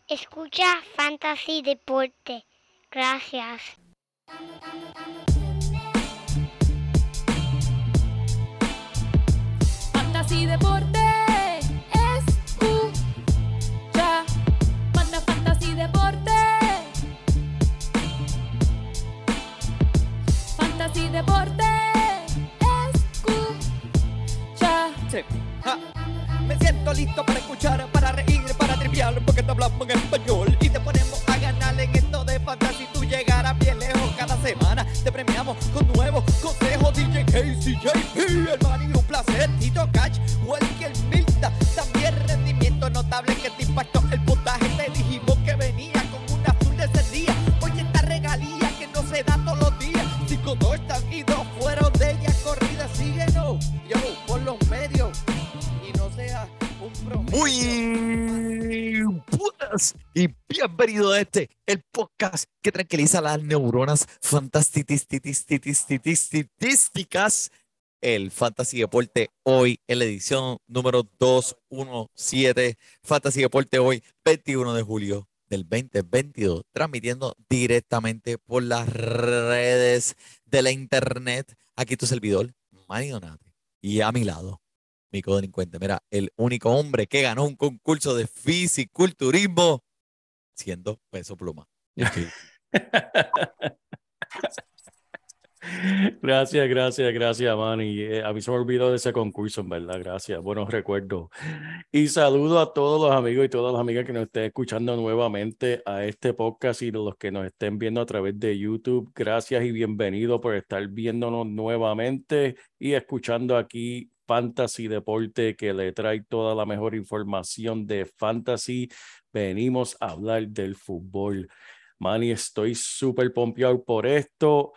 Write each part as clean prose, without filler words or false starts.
Escucha Fantasy Deporte. Gracias. Fantasy Deporte. Escucha. Manda Fantasy Deporte. Fantasy Deporte. Escucha. Sí. Me siento listo para escuchar, para reír, para triviar, porque te hablamos en español y te ponemos a ganar en esto de fantasy. Tú llegarás bien lejos cada semana. Te premiamos con nuevos consejos. DJ Casey, JP, hermano, y un placer. Tito Cash, Walker Milta, también rendimiento notable que te impactó el puntaje. Te dijimos que venía con una azul de ese día. Oye, esta regalía que no se da todos los días. 5 touchdowns y 2 fueron de ella corrida. Síguenos, yo, por los medios. Muy buenas y bienvenido a el podcast que tranquiliza las neuronas fantásticas. El Fantasy Deporte hoy en la edición número 217. Fantasy Deporte hoy, 21 de julio del 2022, transmitiendo directamente por las redes de la internet. Aquí tu servidor, Manny Donate, y a mi lado, mi codelincuente, mira, el único hombre que ganó un concurso de fisiculturismo siendo Peso Pluma. Gracias, Manny. A mí se me olvidó de ese concurso, en verdad. Gracias, buenos recuerdos. Y saludo a todos los amigos y todas las amigas que nos estén escuchando nuevamente a este podcast y los que nos estén viendo a través de YouTube. Gracias y bienvenido por estar viéndonos nuevamente y escuchando aquí Fantasy Deporte, que le trae toda la mejor información de Fantasy. Venimos a hablar del fútbol. Manny, estoy súper pompeado por esto.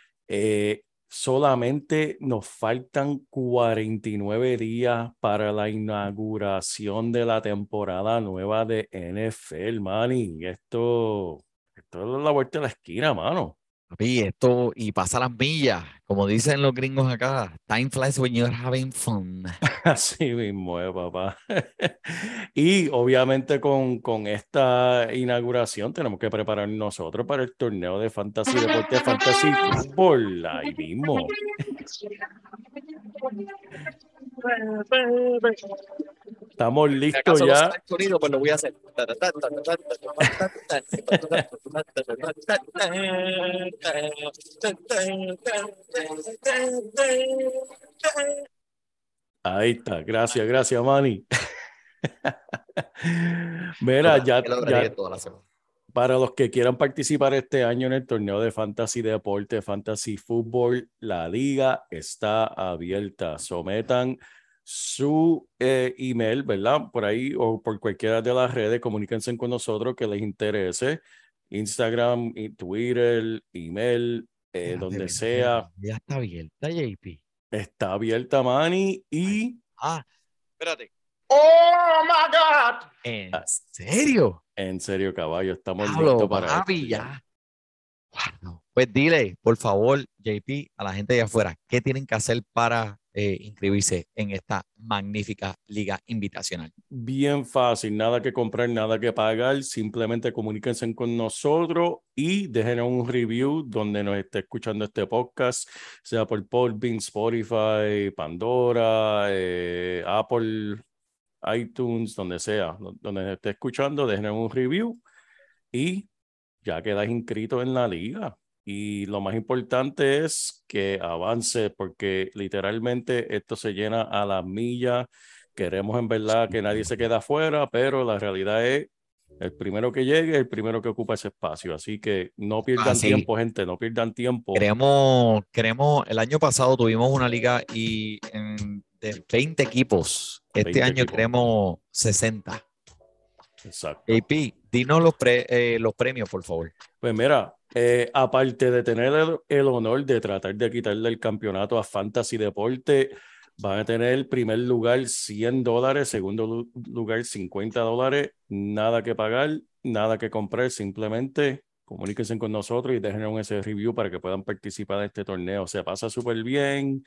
Solamente nos faltan 49 días para la inauguración de la temporada nueva de NFL, Manny. Esto es la vuelta de la esquina, mano. Papi, esto y pasa las millas, como dicen los gringos acá. Time flies when you're having fun. Así mismo, papá. Y obviamente con esta inauguración tenemos que prepararnos nosotros para el torneo de Fantasy Deporte, Fantasy Fútbol, ahí mismo. Estamos listos ya. No sonido, pues lo voy a hacer. Ahí está, gracias, Manny. Mira, ya toda la semana. Para los que quieran participar este año en el torneo de Fantasy Deporte, Fantasy Fútbol, la liga está abierta. Sometan su email, ¿verdad? Por ahí o por cualquiera de las redes, comuníquense con nosotros que les interese. Instagram, Twitter, email, donde sea. Ya está abierta, JP. Está abierta, Manny, y... Espérate. ¡Oh, my God! ¿En serio? En serio, caballo, estamos listos para esto. Ya. Wow. Pues dile, por favor, JP, a la gente de afuera, ¿qué tienen que hacer para inscribirse en esta magnífica liga invitacional? Bien fácil, nada que comprar, nada que pagar, simplemente comuníquense con nosotros y déjenos un review donde nos esté escuchando este podcast, sea por Podbean, Spotify, Pandora, Apple, iTunes, donde sea, donde nos esté escuchando, déjenos un review y ya quedas inscrito en la liga. Y lo más importante es que avance, porque literalmente esto se llena a la milla. Queremos en verdad que nadie se quede afuera, pero la realidad es el primero que llegue, el primero que ocupa ese espacio. Así que no pierdan tiempo, gente, no pierdan tiempo. Queremos, el año pasado tuvimos una liga de 20 equipos. Este año queremos 60. Exacto. AP, dinos los premios, por favor. Pues mira, aparte de tener el honor de tratar de quitarle el campeonato a Fantasy Deporte, van a tener el primer lugar $100, segundo lugar $50, nada que pagar, nada que comprar, simplemente comuníquense con nosotros y déjenos ese review para que puedan participar de este torneo. Se pasa súper bien,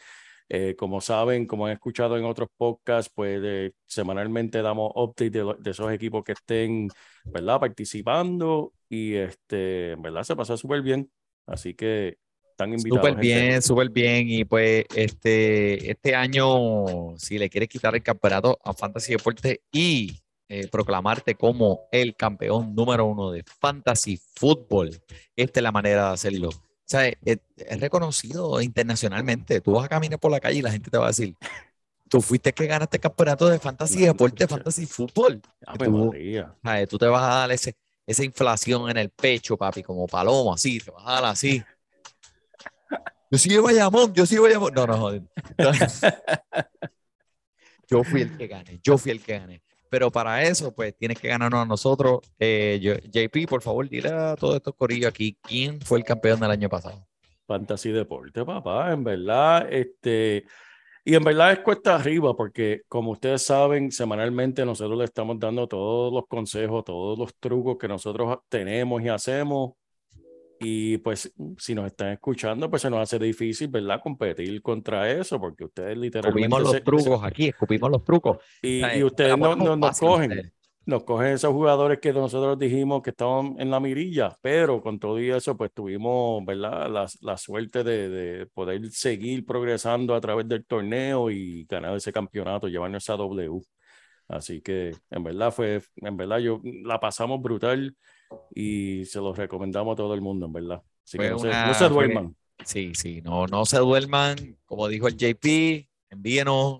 Como saben, como han escuchado en otros podcasts, pues semanalmente damos updates de esos equipos que estén, ¿verdad? Participando y en verdad se pasa súper bien. Así que están invitados, gente. Súper bien. Y pues este año, si le quieres quitar el campeonato a Fantasy Deporte y proclamarte como el campeón número 1 de Fantasy Football, esta es la manera de hacerlo. O sea, es reconocido internacionalmente. Tú vas a caminar por la calle y la gente te va a decir, tú fuiste el que ganaste el campeonato de Fantasy Deporte, Fantasy Fútbol. Ave Tú, María. tú te vas a dar esa inflación en el pecho, papi, como palomo, así, te vas a dar así. Yo soy de Bayamón, yo soy de Bayamón. No, no, joder. Yo fui el que gané, yo fui el que gané. Pero para eso, pues, tienes que ganarnos a nosotros. JP, por favor, dile a todos estos corillos aquí, ¿quién fue el campeón del año pasado? Fantasy Deporte, papá, en verdad, y en verdad es cuesta arriba porque como ustedes saben, semanalmente nosotros le estamos dando todos los consejos, todos los trucos que nosotros tenemos y hacemos. Y pues si nos están escuchando, pues se nos hace difícil, ¿verdad? Competir contra eso porque ustedes literalmente Escupimos los trucos aquí, escupimos los trucos. y ustedes nos cogen esos jugadores que nosotros dijimos que estaban en la mirilla, pero con todo y eso, pues tuvimos, ¿verdad? La suerte de poder seguir progresando a través del torneo y ganar ese campeonato, llevarnos esa W. Así que en verdad la pasamos brutal y se los recomendamos a todo el mundo, en verdad. Así que no se duerman. Sí, no se duerman. Como dijo el JP, envíenos,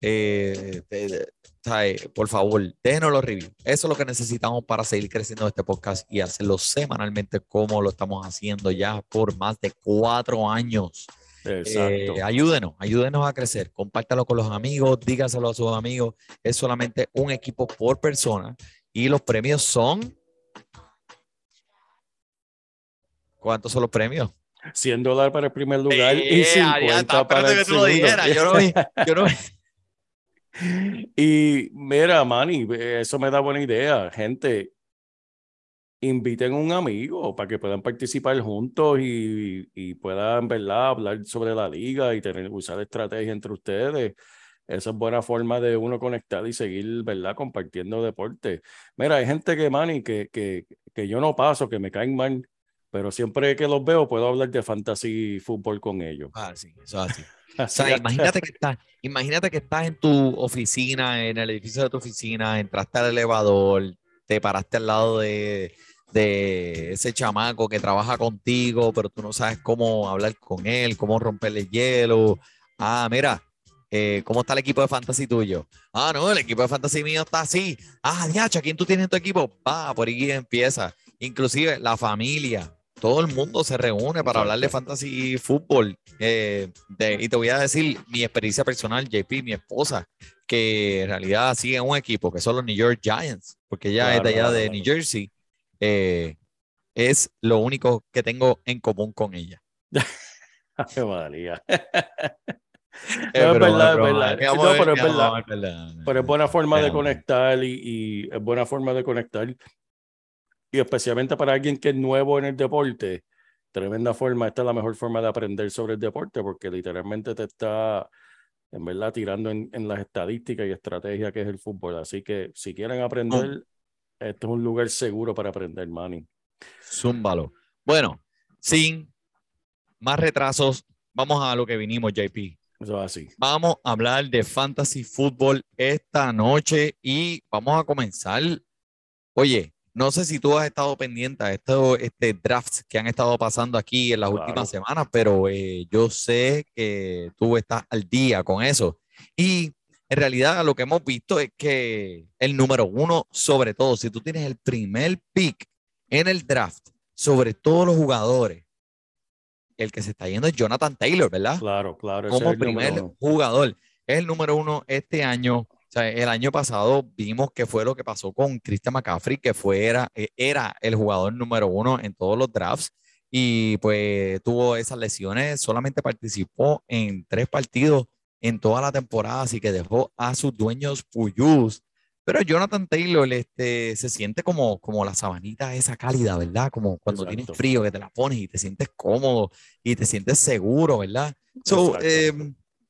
por favor, déjenos los reviews. Eso es lo que necesitamos para seguir creciendo este podcast y hacerlo semanalmente como lo estamos haciendo ya por más de 4 años. Exacto. Ayúdenos a crecer. Compártalo con los amigos, dígaselo a sus amigos. Es solamente un equipo por persona y los premios son... ¿Cuántos son los premios? $100 para el primer lugar y 50 para el segundo. Yo no. Y mira, Manny, eso me da buena idea. Gente, inviten a un amigo para que puedan participar juntos y puedan, ¿verdad?, hablar sobre la liga y usar estrategia entre ustedes. Esa es buena forma de uno conectar y seguir, ¿verdad?, compartiendo deporte. Mira, hay gente que, Manny, que yo no paso, que me caen mal, pero siempre que los veo puedo hablar de fantasy fútbol con ellos. Sí, eso es así. O sea, imagínate que estás en tu oficina, en el edificio de tu oficina, entraste al elevador, te paraste al lado de ese chamaco que trabaja contigo, pero tú no sabes cómo hablar con él, cómo romperle el hielo. Mira, ¿cómo está el equipo de fantasy tuyo? No, el equipo de fantasy mío está así. Diacho, ¿quién tú tienes en tu equipo? Por ahí empieza. Inclusive la familia. Todo el mundo se reúne para hablar de fantasy fútbol. Y te voy a decir mi experiencia personal, JP, mi esposa, que en realidad sigue en un equipo que son los New York Giants, porque ella es de allá de New Jersey. Es lo único que tengo en común con ella. ¡Qué María! Es verdad. Pero es buena forma de conectar y es buena forma de conectar. Y especialmente para alguien que es nuevo en el deporte, tremenda forma. Esta es la mejor forma de aprender sobre el deporte porque literalmente te está, en verdad, tirando en las estadísticas y estrategias que es el fútbol. Así que si quieren aprender, este es un lugar seguro para aprender, Manny. Zúmbalo. Bueno, sin más retrasos, vamos a lo que vinimos, JP. Eso es así. Vamos a hablar de fantasy fútbol esta noche y vamos a comenzar. Oye, no sé si tú has estado pendiente a drafts que han estado pasando aquí en las últimas semanas, pero yo sé que tú estás al día con eso. Y en realidad lo que hemos visto es que el número 1, sobre todo, si tú tienes el primer pick en el draft, sobre todos los jugadores, el que se está yendo es Jonathan Taylor, ¿verdad? Claro. Como primer jugador. Es el número 1 este año. O sea, el año pasado vimos que fue lo que pasó con Christian McCaffrey, que era el jugador número 1 en todos los drafts y pues tuvo esas lesiones, solamente participó en 3 partidos en toda la temporada, así que dejó a sus dueños puyús. Pero Jonathan Taylor se siente como la sabanita esa cálida, ¿verdad? Como cuando tienes frío, que te la pones y te sientes cómodo y te sientes seguro, ¿verdad?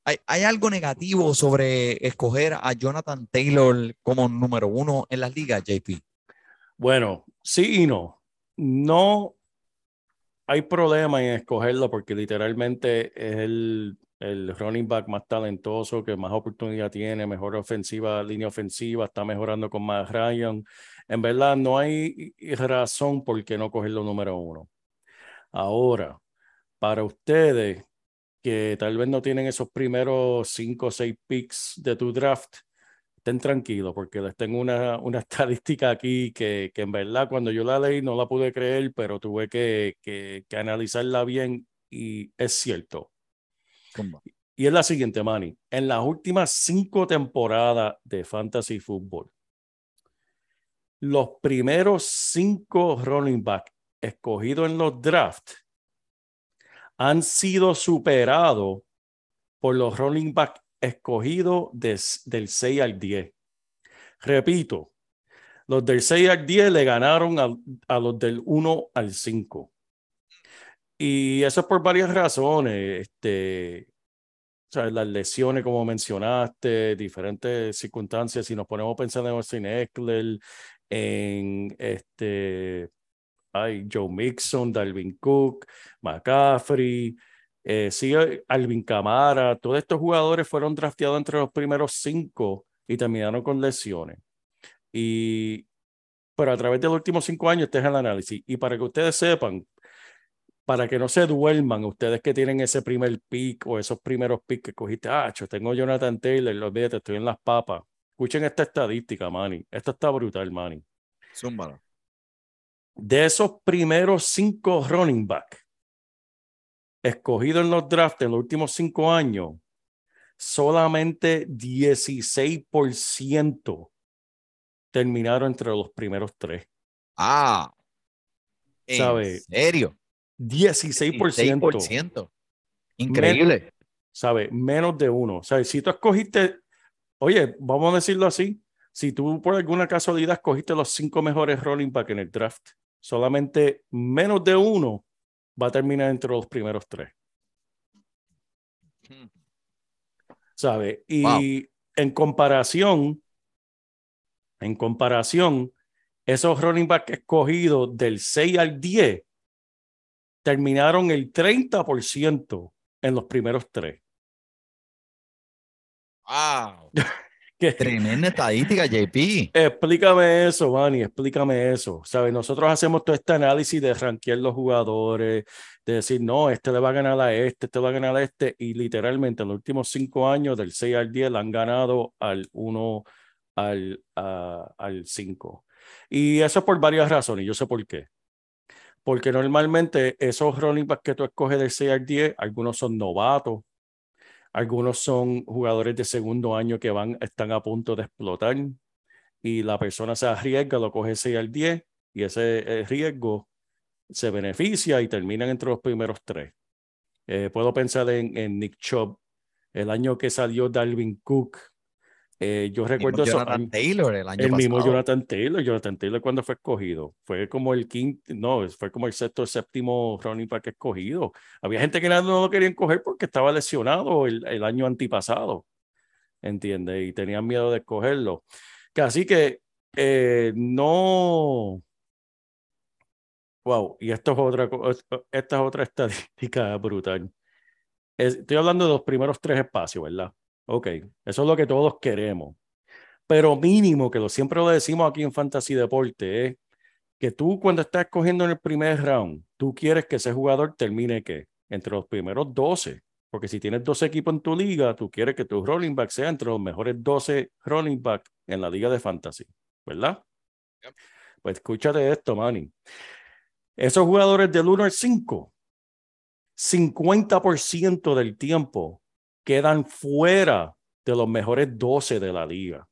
¿Hay algo negativo sobre escoger a Jonathan Taylor como número 1 en las ligas, JP? Bueno, sí y no. No hay problema en escogerlo porque literalmente es el running back más talentoso, que más oportunidad tiene, mejor ofensiva, línea ofensiva, está mejorando con Matt Ryan. En verdad, no hay razón por qué no cogerlo número 1. Ahora, para ustedes que tal vez no tienen esos primeros 5 o 6 picks de tu draft, estén tranquilos porque les tengo una estadística aquí que en verdad cuando yo la leí no la pude creer, pero tuve que analizarla bien y es cierto. Zumba. Y es la siguiente, Manny. En las últimas 5 temporadas de Fantasy Football, los primeros 5 running back escogidos en los drafts han sido superados por los running back escogidos del 6 al 10. Repito, los del 6 al 10 le ganaron a los del 1 al 5. Y eso es por varias razones. ¿Sabes? Las lesiones, como mencionaste, diferentes circunstancias. Si nos ponemos a pensar en Austin Eckler, en Joe Mixon, Dalvin Cook, McCaffrey, sigue Alvin Kamara. Todos estos jugadores fueron drafteados entre los primeros 5 y terminaron con lesiones. Pero a través de los últimos 5 años, este es el análisis. Y para que ustedes sepan, para que no se duerman, ustedes que tienen ese primer pick o esos primeros picks que cogiste, tengo Jonathan Taylor, olvídate, estoy en las papas. Escuchen esta estadística, Manny. Esto está brutal, Manny. Zúmbalo. De esos primeros 5 running back escogidos en los drafts en los últimos 5 años, solamente 16% terminaron entre los primeros 3. ¿En ¿Sabe? serio? 16%. 16%. Increíble. ¿Sabe? Menos de uno. ¿Sabe? Si tú escogiste, oye, vamos a decirlo así, si tú por alguna casualidad escogiste los 5 mejores running back en el draft, solamente menos de uno va a terminar entre los primeros 3. ¿Sabe? Y Wow. en comparación, esos running back escogidos del 6 al 10 terminaron el 30% en los primeros 3. Wow. Tremenda estadística, JP. Explícame eso, Manny, explícame eso. ¿Sabes? Nosotros hacemos todo este análisis de rankear los jugadores, de decir, no, este le va a ganar a este le va a ganar a este, y literalmente en los últimos 5 años, del 6 al 10, le han ganado al 1 al 5. Y eso es por varias razones, yo sé por qué. Porque normalmente esos running backs que tú escoges del 6 al 10, algunos son novatos, algunos son jugadores de segundo año que están a punto de explotar y la persona se arriesga, lo coge 6 al 10 y ese riesgo se beneficia y terminan entre los primeros 3. Puedo pensar en Nick Chubb, el año que salió Dalvin Cook. Yo recuerdo esos Jonathan años. Taylor el año El mismo pasado. Jonathan Taylor cuando fue escogido, fue como el quinto, no, fue como el sexto o séptimo running back escogido. Había gente que no lo querían coger porque estaba lesionado el año antipasado, ¿entiendes? Y tenían miedo de escogerlo. Así que no. Wow, y esta es otra estadística brutal. Estoy hablando de los primeros 3 espacios, ¿verdad? Ok, eso es lo que todos queremos. Pero mínimo, que siempre lo decimos aquí en Fantasy Deporte, es que tú cuando estás escogiendo en el primer round, tú quieres que ese jugador termine ¿qué? Entre los primeros 12. Porque si tienes 12 equipos en tu liga, tú quieres que tu running back sea entre los mejores 12 running back en la liga de Fantasy, ¿verdad? Yep. Pues escúchate esto, Manny. Esos jugadores del 1 al 5, 50% del tiempo quedan fuera de los mejores 12 de la liga.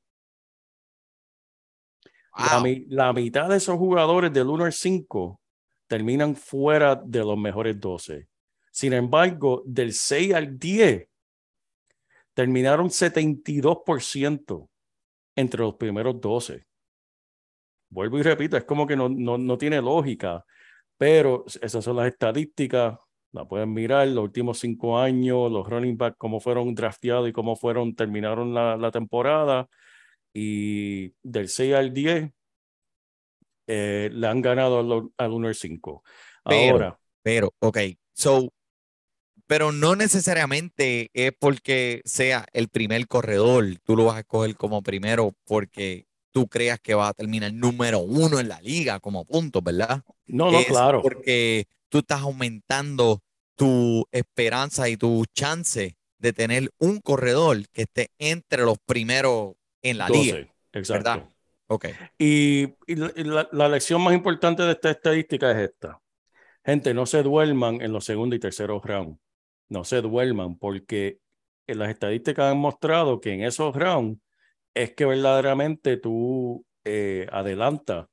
Wow. La mitad de esos jugadores del 1 al 5 terminan fuera de los mejores 12. Sin embargo, del 6 al 10 terminaron 72% entre los primeros 12. Vuelvo y repito, es como que no tiene lógica, pero esas son las estadísticas. La pueden mirar, los últimos 5 años, los running back, cómo fueron drafteados y cómo terminaron la temporada. Y del 6 al 10, le han ganado al 1 al 5. Pero, Ahora, ok, pero no necesariamente es porque sea el primer corredor, tú lo vas a escoger como primero porque tú creas que va a terminar número uno en la liga como puntos, ¿verdad? no, no, Es claro. porque tú estás aumentando tu esperanza y tu chance de tener un corredor que esté entre los primeros en la liga, 12, ¿verdad? exacto. Ok. Y la lección más importante de esta estadística es esta. Gente, no se duerman en los segundos y terceros rounds. No se duerman porque las estadísticas han mostrado que en esos rounds es que verdaderamente tú adelantas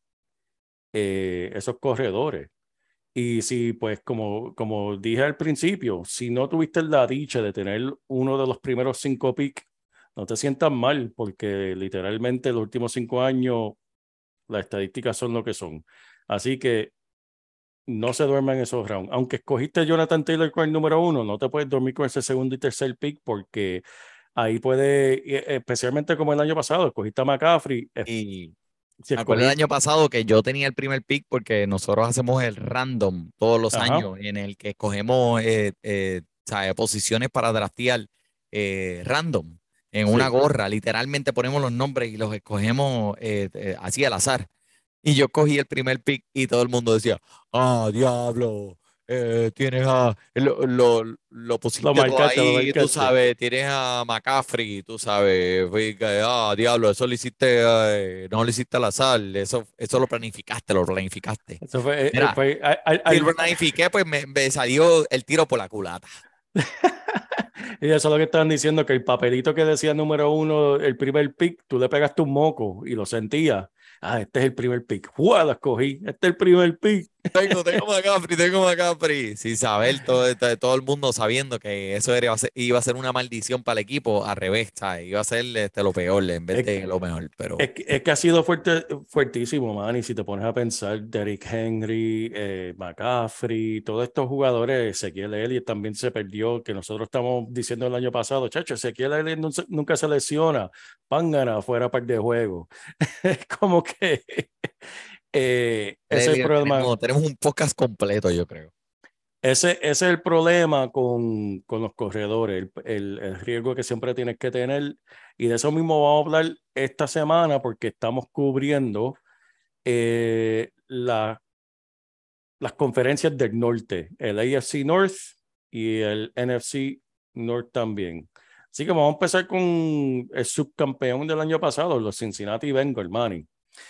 esos corredores. Y si, pues, como dije al principio, si no tuviste la dicha de tener uno de los primeros 5 picks, no te sientas mal, porque literalmente los últimos 5 años las estadísticas son lo que son. Así que no se duerman en esos rounds. Aunque escogiste a Jonathan Taylor con el número 1, no te puedes dormir con ese segundo y tercer pick, porque ahí puede, especialmente como el año pasado, escogiste a McCaffrey. Y Si me acuerdo el escogiste, año pasado que yo tenía el primer pick porque nosotros hacemos el random todos los ajá, años en el que escogemos ¿sabe? Posiciones para draftear random en una sí. gorra. Literalmente ponemos los nombres y los escogemos así al azar. Y yo cogí el primer pick y todo el mundo decía, ah, diablo, tienes lo Lo pusiste todo marcaste, lo ahí, tú marcaste. sabes, tienes a McCaffrey, tú sabes, fue que, ah, diablo, eso lo hiciste, no lo hiciste al azar, eso lo planificaste, lo planificaste. Eso fue, Mira, si lo planifiqué, pues me salió el tiro por la culata. y eso es lo que estaban diciendo, que el papelito que decía número 1, el primer pick, tú le pegaste un moco y lo sentías. Ah, este es el primer pick. ¡Fua! Lo escogí. Este es el primer pick. Tengo McCaffrey, tengo McCaffrey. Sin saber, todo el mundo sabiendo que eso iba a ser una maldición para el equipo, al revés, ¿sabes? Iba a ser lo peor en vez Es, de lo mejor. Pero es que ha sido fuertísimo, man. Y si te pones a pensar, Derrick Henry, McCaffrey, todos estos jugadores, Ezequiel Elliott también se perdió, que nosotros estamos diciendo el año pasado, chacho, Ezequiel Elliott nunca se lesiona, Pángana fuera par de juego. Es como que ese es el problema. tenemos un podcast completo, yo creo. Ese es el problema con los corredores, el riesgo que siempre tienes que tener. Y de eso mismo vamos a hablar esta semana porque estamos cubriendo las conferencias del norte, el AFC North y el NFC North también. Así que vamos a empezar con el subcampeón del año pasado, los Cincinnati Bengals, Manny.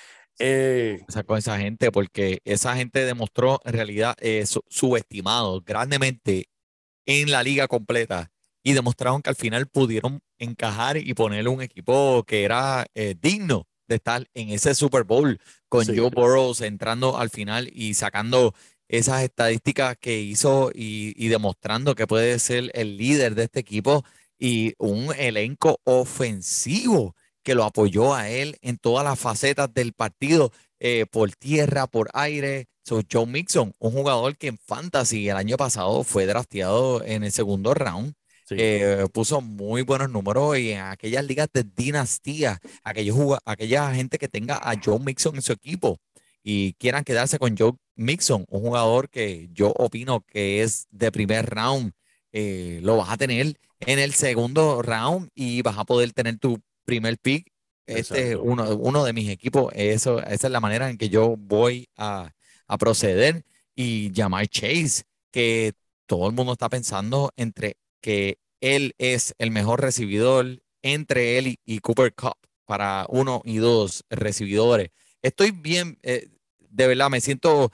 Con esa gente, porque esa gente demostró en realidad subestimados grandemente en la liga completa y demostraron que al final pudieron encajar y ponerle un equipo que era digno de estar en ese Super Bowl con Sí, Joe Burrow entrando al final y sacando esas estadísticas que hizo y demostrando que puede ser el líder de este equipo y un elenco ofensivo que lo apoyó a él en todas las facetas del partido, por tierra, por aire. Joe Mixon, un jugador que en Fantasy el año pasado fue drafteado en el segundo round, sí, puso muy buenos números y en aquellas ligas de dinastía, aquella gente que tenga a Joe Mixon en su equipo y quieran quedarse con Joe Mixon, un jugador que yo opino que es de primer round, lo vas a tener en el segundo round y vas a poder tener tu primer pick. Este es exacto. uno de mis equipos. Esa es la manera en que yo voy a proceder. Y Jamar Chase, que todo el mundo está pensando entre que él es el mejor recibidor entre él y Cooper Cup para uno y dos recibidores. Estoy bien, de verdad, me siento,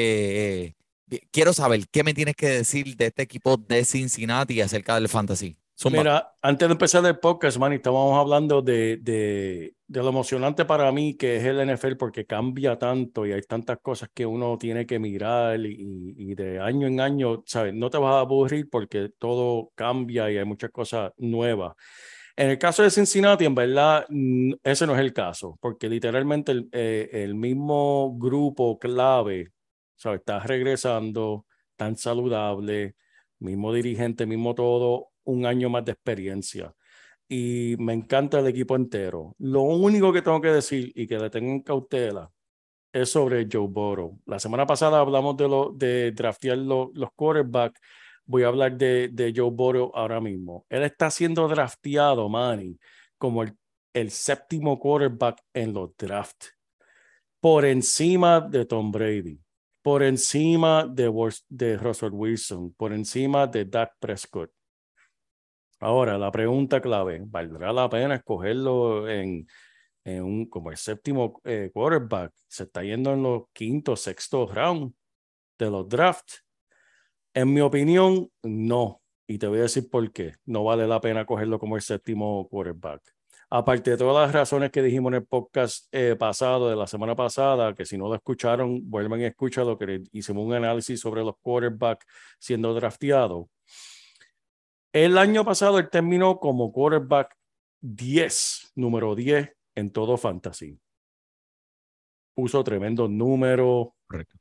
quiero saber qué me tienes que decir de este equipo de Cincinnati acerca del fantasy. Zumba. Mira, antes de empezar el podcast, man, estábamos hablando de lo emocionante para mí que es el NFL porque cambia tanto y hay tantas cosas que uno tiene que mirar y de año en año, ¿sabes? No te vas a aburrir porque todo cambia y hay muchas cosas nuevas. En el caso de Cincinnati, en verdad, ese no es el caso, porque literalmente el mismo grupo clave, ¿sabes? Está regresando, tan saludable. mismo dirigente, mismo todo, un año más de experiencia. Y me encanta el equipo entero. Lo único que tengo que decir y que le tengo en cautela es sobre Joe Burrow. La semana pasada hablamos de draftear los quarterbacks. Voy a hablar de Joe Burrow ahora mismo. Él está siendo drafteado, Manny, como el séptimo quarterback en los drafts, por encima de Tom Brady, por encima de Russell Wilson, por encima de Dak Prescott. Ahora, la pregunta clave, ¿valdrá la pena escogerlo como el séptimo quarterback? Se está yendo en los quinto, sexto round de los drafts. En mi opinión, no. Y te voy a decir por qué. No vale la pena cogerlo como el séptimo quarterback. Aparte de todas las razones que dijimos en el podcast pasado, de la semana pasada, que si no lo escucharon, vuelvan y escúchalo, que hicimos un análisis sobre los quarterbacks siendo drafteados. El año pasado él terminó como quarterback 10, número 10 en todo fantasy. Puso tremendos números. Correcto.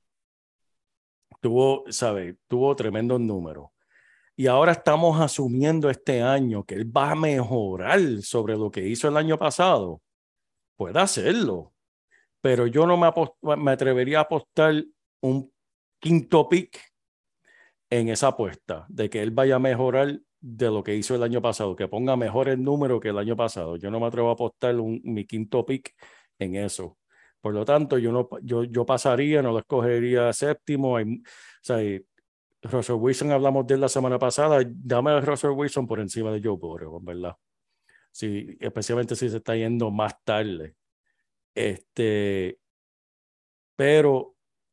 Tuvo tremendos números. Y ahora estamos asumiendo este año que él va a mejorar sobre lo que hizo el año pasado. Puede hacerlo, pero yo no me atrevería a apostar un quinto pick en esa apuesta de que él vaya a mejorar de lo que hizo el año pasado, que ponga mejores números que el año pasado. Yo no me atrevo a apostar mi quinto pick en eso. Por lo tanto, yo pasaría, no lo escogería séptimo. Russell Wilson, hablamos de él la semana pasada. Dame a Russell Wilson por encima de Joe Burrow, ¿verdad? Sí, especialmente si se está yendo más tarde. Pero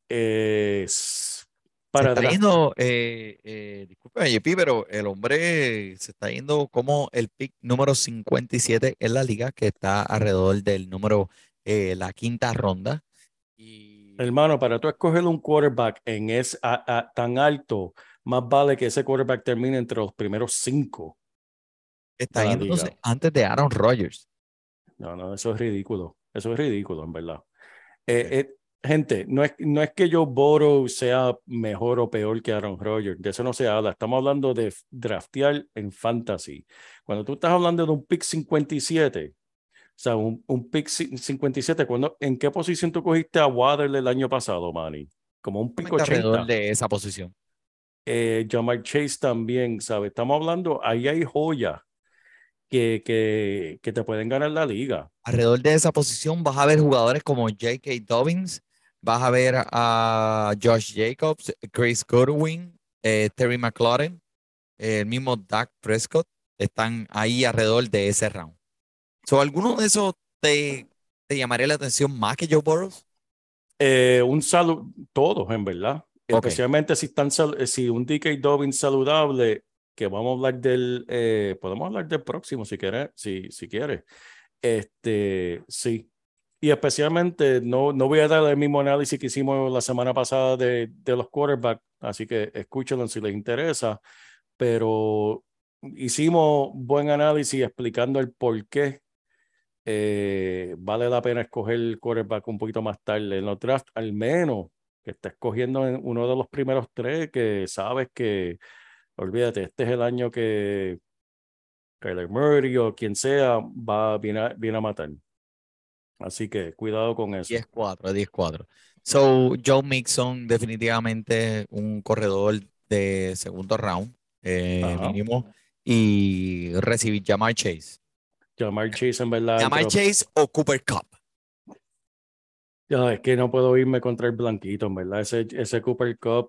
Se para está draft, yendo, disculpe, JP, pero el hombre se está yendo como el pick número 57 en la liga, que está alrededor del número, la quinta ronda. Y hermano, para tú escoger un quarterback tan alto, más vale que ese quarterback termine entre los primeros 5 de está la yendo liga. entonces antes de Aaron Rodgers. No, eso es ridículo. Eso es ridículo, en verdad. Ok. Gente, no es que Joe Burrow sea mejor o peor que Aaron Rodgers. De eso no se habla. Estamos hablando de draftear en fantasy. Cuando tú estás hablando de un pick 57, o sea, un pick 57, ¿en qué posición tú cogiste a Waddle el año pasado, Manny? Como un pick Exactamente alrededor 80. de esa posición. Jamar Chase también, ¿sabes? Estamos hablando, ahí hay joyas que te pueden ganar la liga. Alrededor de esa posición vas a ver jugadores como J.K. Dobbins, vas a ver a Josh Jacobs, Chris Godwin, Terry McLaurin, el mismo Dak Prescott, están ahí alrededor de ese round. ¿Alguno de esos te llamaría la atención más que Joe Burrow? Un saludo, todos en verdad, Ok, especialmente si un DK Dobbins saludable, que vamos a hablar podemos hablar del próximo si quieres, si quieres. Sí. Y especialmente no voy a dar el mismo análisis que hicimos la semana pasada de los quarterbacks, así que escúchenlo si les interesa, pero hicimos buen análisis explicando el por qué vale la pena escoger el quarterback un poquito más tarde en los drafts, al menos que estés escogiendo en uno de los primeros 3 que sabes que, olvídate, este es el año que Kyler Murray o quien sea viene a matar. Así que cuidado con eso. 10-4, 10-4. Joe Mixon, definitivamente un corredor de segundo round, Ajá. mínimo, y recibir Jamar Chase. Jamar Chase en verdad Jamar Chase o Cooper Cup. Ya, es que no puedo irme contra el blanquito, en verdad. Ese Cooper Cup,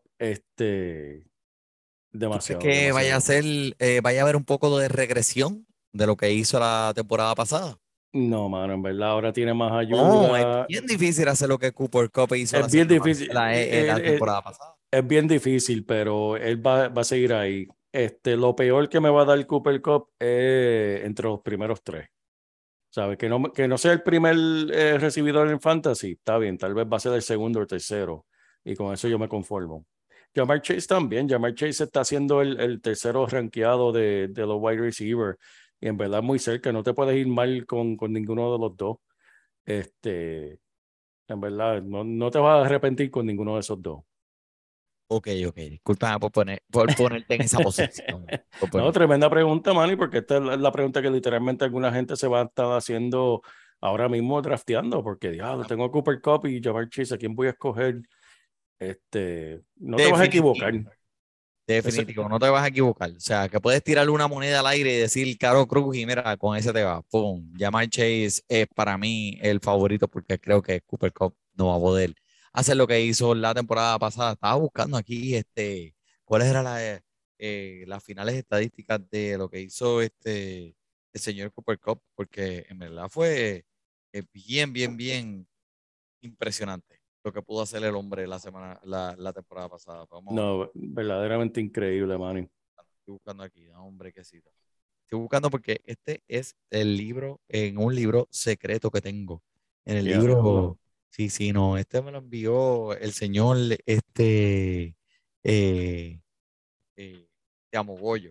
¿Tú crees demasiado, que vaya a demasiado. ser, vaya a haber un poco de regresión de lo que hizo la temporada pasada? No, mano, en verdad ahora tiene más No, es ayuda. bien difícil hacer lo que Cooper Cup hizo Es bien difícil. la temporada pasada. Es bien difícil, pero él va a seguir ahí. Lo peor que me va a dar Cooper Cup es entre los primeros 3. ¿Sabes? Que no sea el primer recibidor en fantasy. Está bien, tal vez va a ser el segundo o tercero. Y con eso yo me conformo. Jamar Chase también. Jamar Chase está siendo el tercero rankeado de los wide receivers. Y en verdad muy cerca. No te puedes ir mal con ninguno de los dos. En verdad, no te vas a arrepentir con ninguno de esos dos. Ok, discúlpame por ponerte en esa posición. No, tremenda pregunta, Manny, porque esta es la pregunta que literalmente alguna gente se va a estar haciendo ahora mismo drafteando, porque diablo, tengo a Cooper Kupp y Ja'Marr Chase, ¿a quién voy a escoger? No te vas a equivocar. Definitivo, definitivo, no te vas a equivocar. O sea, que puedes tirarle una moneda al aire y decir Caro Cruz y mira, con ese te va. Pum. Jamar Chase es para mí el favorito porque creo que Cooper Cup no va a poder hacer lo que hizo la temporada pasada. Estaba buscando aquí cuáles eran las finales estadísticas de lo que hizo el señor Cooper Cup, porque en verdad fue bien impresionante lo que pudo hacer el hombre la temporada pasada. No, verdaderamente increíble, Manny. Estoy buscando aquí, da un brequecito. Estoy buscando porque este es el libro, en un libro secreto que tengo. En el Ya, diablo. libro, sí, no, este me lo envió el señor, eh, te amo, Goyo.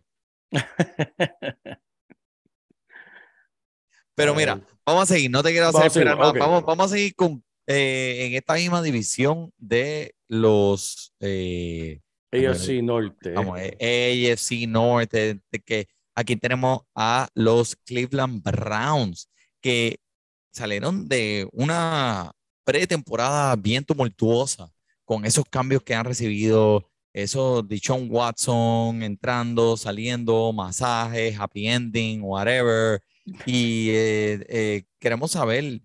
Pero mira, Ay, vamos a seguir, no te quiero hacer vamos a seguir, esperar más. ok. Vamos a seguir con, en esta misma división de los, AFC Norte. vamos, AFC Norte, que aquí tenemos a los Cleveland Browns, que salieron de una pretemporada bien tumultuosa con esos cambios que han recibido, esos Deshaun Watson entrando, saliendo, masajes, happy ending, whatever. Y queremos saber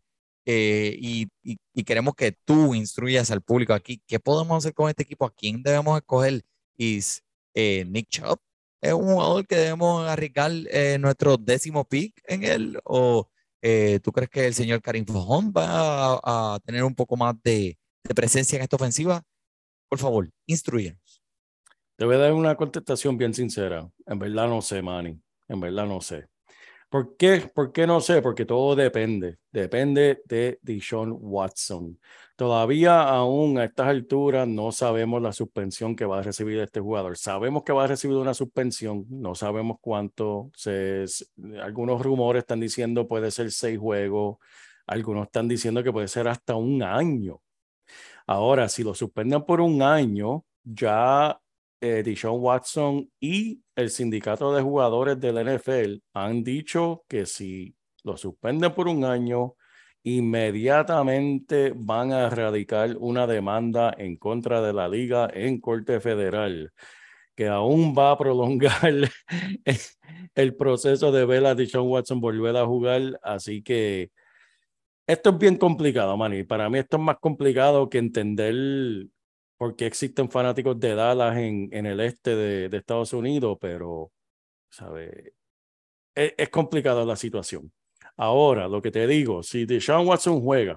y queremos que tú instruyas al público aquí qué podemos hacer con este equipo, a quién debemos escoger. ¿Es Nick Chubb? ¿Es un jugador que debemos arriesgar nuestro 10º pick en él? ¿O tú crees que el señor Karim Fajón va a tener un poco más de presencia en esta ofensiva? Por favor, instruyenos. Te voy a dar una contestación bien sincera. En verdad no sé, Manny. En verdad no sé. ¿Por qué? ¿Por qué no sé? Porque todo depende. Depende de Deshaun Watson. Todavía aún a estas alturas no sabemos la suspensión que va a recibir este jugador. Sabemos que va a recibir una suspensión. No sabemos cuánto. Algunos rumores están diciendo puede ser 6 juegos. Algunos están diciendo que puede ser hasta un año. Ahora, si lo suspenden por un año, ya Deshaun Watson y el sindicato de jugadores del NFL han dicho que si lo suspenden por un año, inmediatamente van a radicar una demanda en contra de la liga en Corte Federal, que aún va a prolongar el proceso de ver a Deshaun Watson volver a jugar. Así que esto es bien complicado, Manny. Para mí esto es más complicado que entender por qué existen fanáticos de Dallas en el este de Estados Unidos, pero, ¿sabes? Es complicada la situación. Ahora, lo que te digo, si Deshaun Watson juega,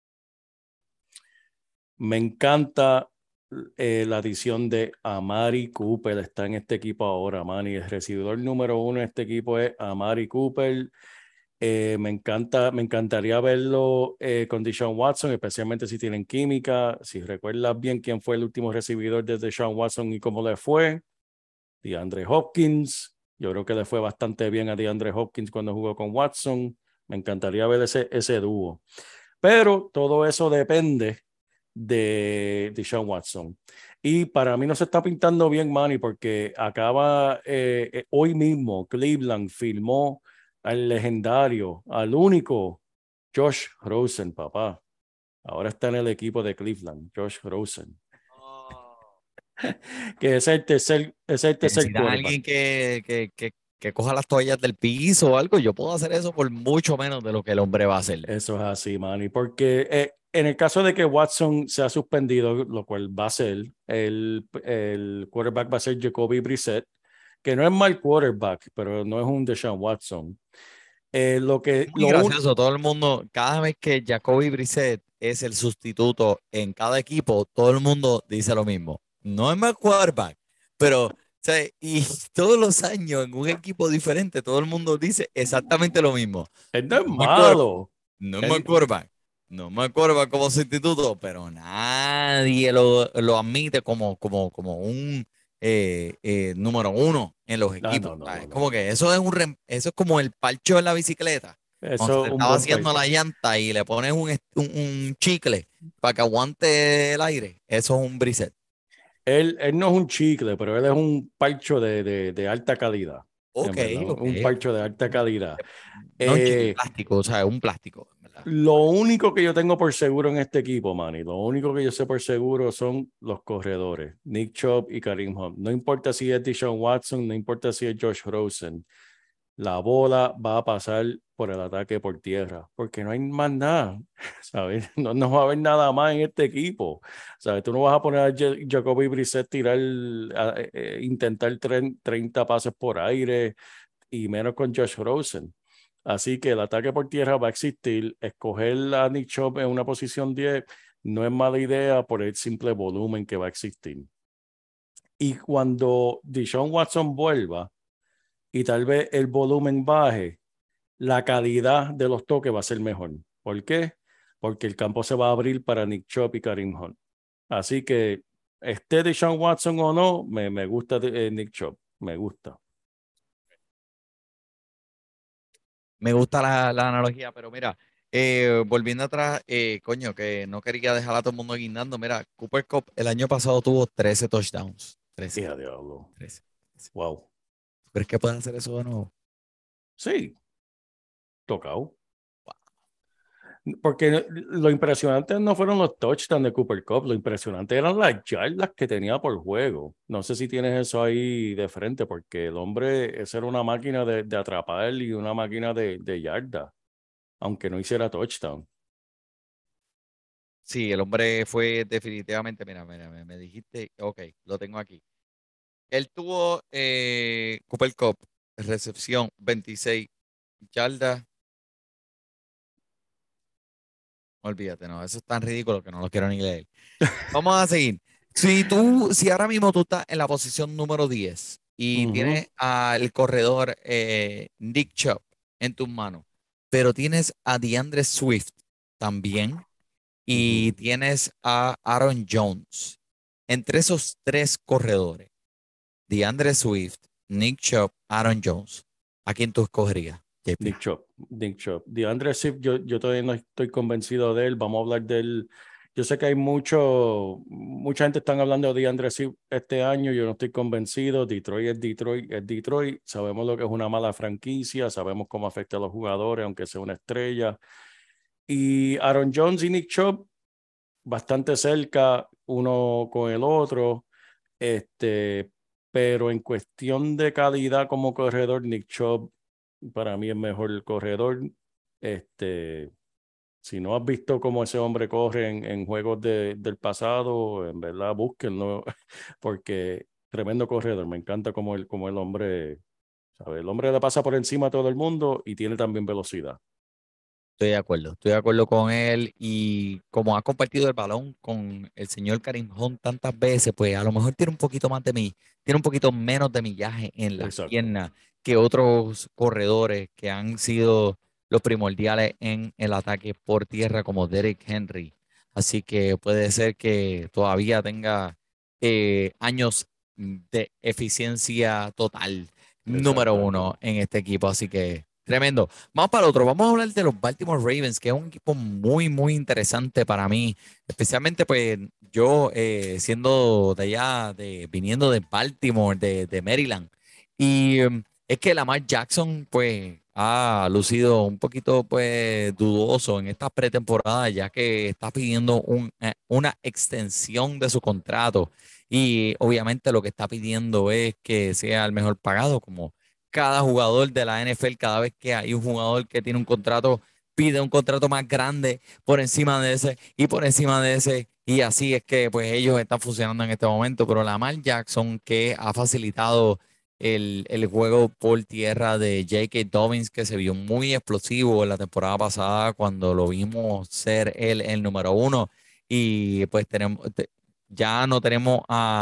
me encanta la adición de Amari Cooper. Está en este equipo ahora, Manny. El recibidor número 1 en este equipo es Amari Cooper. Me encantaría verlo con Deshaun Watson, especialmente si tienen química. Si recuerdas bien quién fue el último recibidor de Deshaun Watson y cómo le fue, DeAndre Hopkins. Yo creo que le fue bastante bien a DeAndre Hopkins cuando jugó con Watson. Me encantaría ver ese dúo. Pero todo eso depende de Deshaun Watson. Y para mí no se está pintando bien, Manny, porque acaba hoy mismo Cleveland firmó al legendario, al único Josh Rosen, papá. Ahora está en el equipo de Cleveland, Josh Rosen, que es el tercer Necesitan a quarterback. alguien que coja las toallas del piso o algo. Yo puedo hacer eso por mucho menos de lo que el hombre va a hacer. Eso es así, Manny, porque en el caso de que Watson sea suspendido, lo cual va a ser, el quarterback va a ser Jacoby Brissett, que no es mal quarterback, pero no es un Deshaun Watson. Lo que, Muy gracioso, todo el mundo, cada vez que Jacoby Brissett es el sustituto en cada equipo, todo el mundo dice lo mismo. No es más quarterback, pero, o sea, y todos los años en un equipo diferente, todo el mundo dice exactamente lo mismo. él no es No es más quarterback, malo. no es más quarterback, no es más quarterback como sustituto, pero nadie lo admite como un número 1 en los No, equipos. no, no, ¿Sabes? no, Como no. que eso es como el parcho en la bicicleta. Cuando se Eso te es un estaba buen haciendo país. la llanta y le pones un chicle para que aguante el aire, eso es un briset. Él no es un chicle, pero él es un parcho de alta calidad. En Ok, verdad, ok. un parcho de alta calidad. No un chicle Eh, plástico, o sea, un plástico, ¿verdad? lo único que yo tengo por seguro en este equipo, Manny, lo único que yo sé por seguro son los corredores, Nick Chubb y Kareem Hunt. No importa si es Deshaun Watson, no importa si es Josh Rosen, la bola va a pasar por el ataque por tierra, porque no hay más nada, ¿sabes? No, no va a haber nada más en este equipo, ¿sabes? Tú no vas a poner a Jacoby Brissett tirar, intentar 30 pases por aire y menos con Josh Rosen. Así que el ataque por tierra va a existir. Escoger a Nick Chubb en una posición 10 no es mala idea por el simple volumen que va a existir. Y cuando Deshaun Watson vuelva y tal vez el volumen baje, la calidad de los toques va a ser mejor. ¿Por qué? Porque el campo se va a abrir para Nick Chubb y Kareem Hunt. Así que esté Deshaun Watson o no, me gusta Nick Chubb. Me gusta. Me gusta la analogía, pero mira, volviendo atrás, coño, que no quería dejar a todo el mundo guindando. Mira, Cooper Cup el año pasado tuvo 13 touchdowns. 13, Hija de diablo. 13. Wow. ¿Tú crees que pueden hacer eso de nuevo? Sí, tocado. Porque lo impresionante no fueron los touchdowns de Cooper Cup, lo impresionante eran las yardas que tenía por juego. No sé si tienes eso ahí de frente, porque el hombre, esa era una máquina de atrapar y una máquina de yardas, aunque no hiciera touchdown. Sí, el hombre fue definitivamente, mira, me dijiste, ok, lo tengo aquí. Él tuvo Cooper Cup, recepción 26 yardas. Olvídate, no, eso es tan ridículo que no lo quiero ni leer. Vamos a seguir. Si ahora mismo tú estás en la posición número 10 y Ujú, tienes al corredor Nick Chubb en tus manos, pero tienes a DeAndre Swift también y ujú. tienes a Aaron Jones, entre esos tres corredores, DeAndre Swift, Nick Chubb, Aaron Jones, ¿a quién tú escogerías, JP? Nick Chubb, Nick Chubb. DeAndre Swift, yo todavía no estoy convencido de él. Vamos a hablar de él. Yo sé que hay mucha gente están hablando de DeAndre Swift este año. Yo no estoy convencido. Detroit es Detroit, es Detroit. Sabemos lo que es una mala franquicia. Sabemos cómo afecta a los jugadores, aunque sea una estrella. Y Aaron Jones y Nick Chubb, bastante cerca uno con el otro. Este, pero en cuestión de calidad como corredor, Nick Chubb para mí es mejor el corredor. Este, si no has visto cómo ese hombre corre en juegos del pasado, en verdad búsquenlo, porque tremendo corredor. Me encanta como el hombre, ¿sabe? El hombre le pasa por encima a todo el mundo y tiene también velocidad. Estoy de acuerdo con él y como ha compartido el balón con el señor Karim Hunt tantas veces, pues a lo mejor tiene un poquito más de tiene un poquito menos de millaje en las Exacto. piernas que otros corredores que han sido los primordiales en el ataque por tierra como Derrick Henry. Así que puede ser que todavía tenga años de eficiencia total número Exactamente. uno en este equipo. Así que tremendo. Vamos para el otro. Vamos a hablar de los Baltimore Ravens, que es un equipo muy, muy interesante para mí. Especialmente, pues, yo siendo de allá, viniendo de Baltimore, de Maryland. Y es que Lamar Jackson, pues, ha lucido un poquito, pues, dudoso en esta pretemporada, ya que está pidiendo una extensión de su contrato. Y obviamente lo que está pidiendo es que sea el mejor pagado, como cada jugador de la NFL, cada vez que hay un jugador que tiene un contrato, pide un contrato más grande por encima de ese y por encima de ese. Y así es que pues ellos están funcionando en este momento. Pero Lamar Jackson, que ha facilitado el juego por tierra de J.K. Dobbins, que se vio muy explosivo en la temporada pasada cuando lo vimos ser el número uno. Y pues ya no tenemos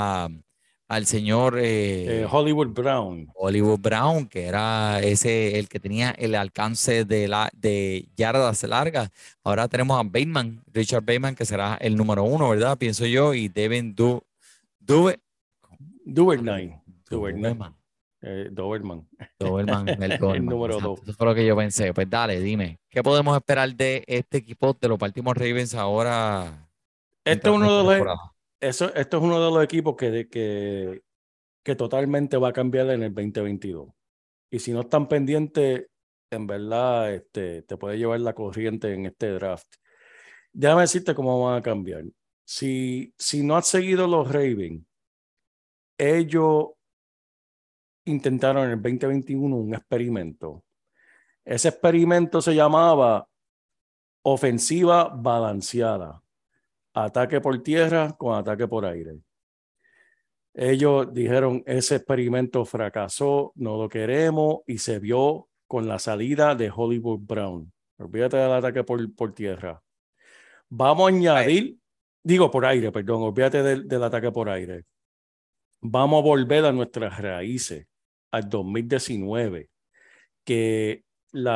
al señor Hollywood Brown. Hollywood Brown, que era ese el que tenía el alcance de yardas largas. Ahora tenemos a Bateman, Richard Bateman, que será el número uno, ¿verdad? Pienso yo, y Devin Dube, Duvernay. Duvernay. Doberman, Doberman. Doberman, el El Doberman, número exacto. 2. Eso fue lo que yo pensé. Pues dale, dime, ¿qué podemos esperar de este equipo de los Baltimore Ravens ahora Este es entrando uno esta de los, temporada? esto es uno de los equipos que totalmente va a cambiar en el 2022. Y si no están pendientes, en verdad, te puede llevar la corriente en este draft. Déjame decirte cómo van a cambiar. Si no has seguido los Ravens, ellos intentaron en el 2021 un experimento. Ese experimento se llamaba ofensiva balanceada. Ataque por tierra con ataque por aire. Ellos dijeron, ese experimento fracasó, no lo queremos, y se vio con la salida de Hollywood Brown. Olvídate del ataque por tierra. Vamos a añadir, digo por aire, perdón, olvídate del ataque por aire. Vamos a volver a nuestras raíces, al 2019, que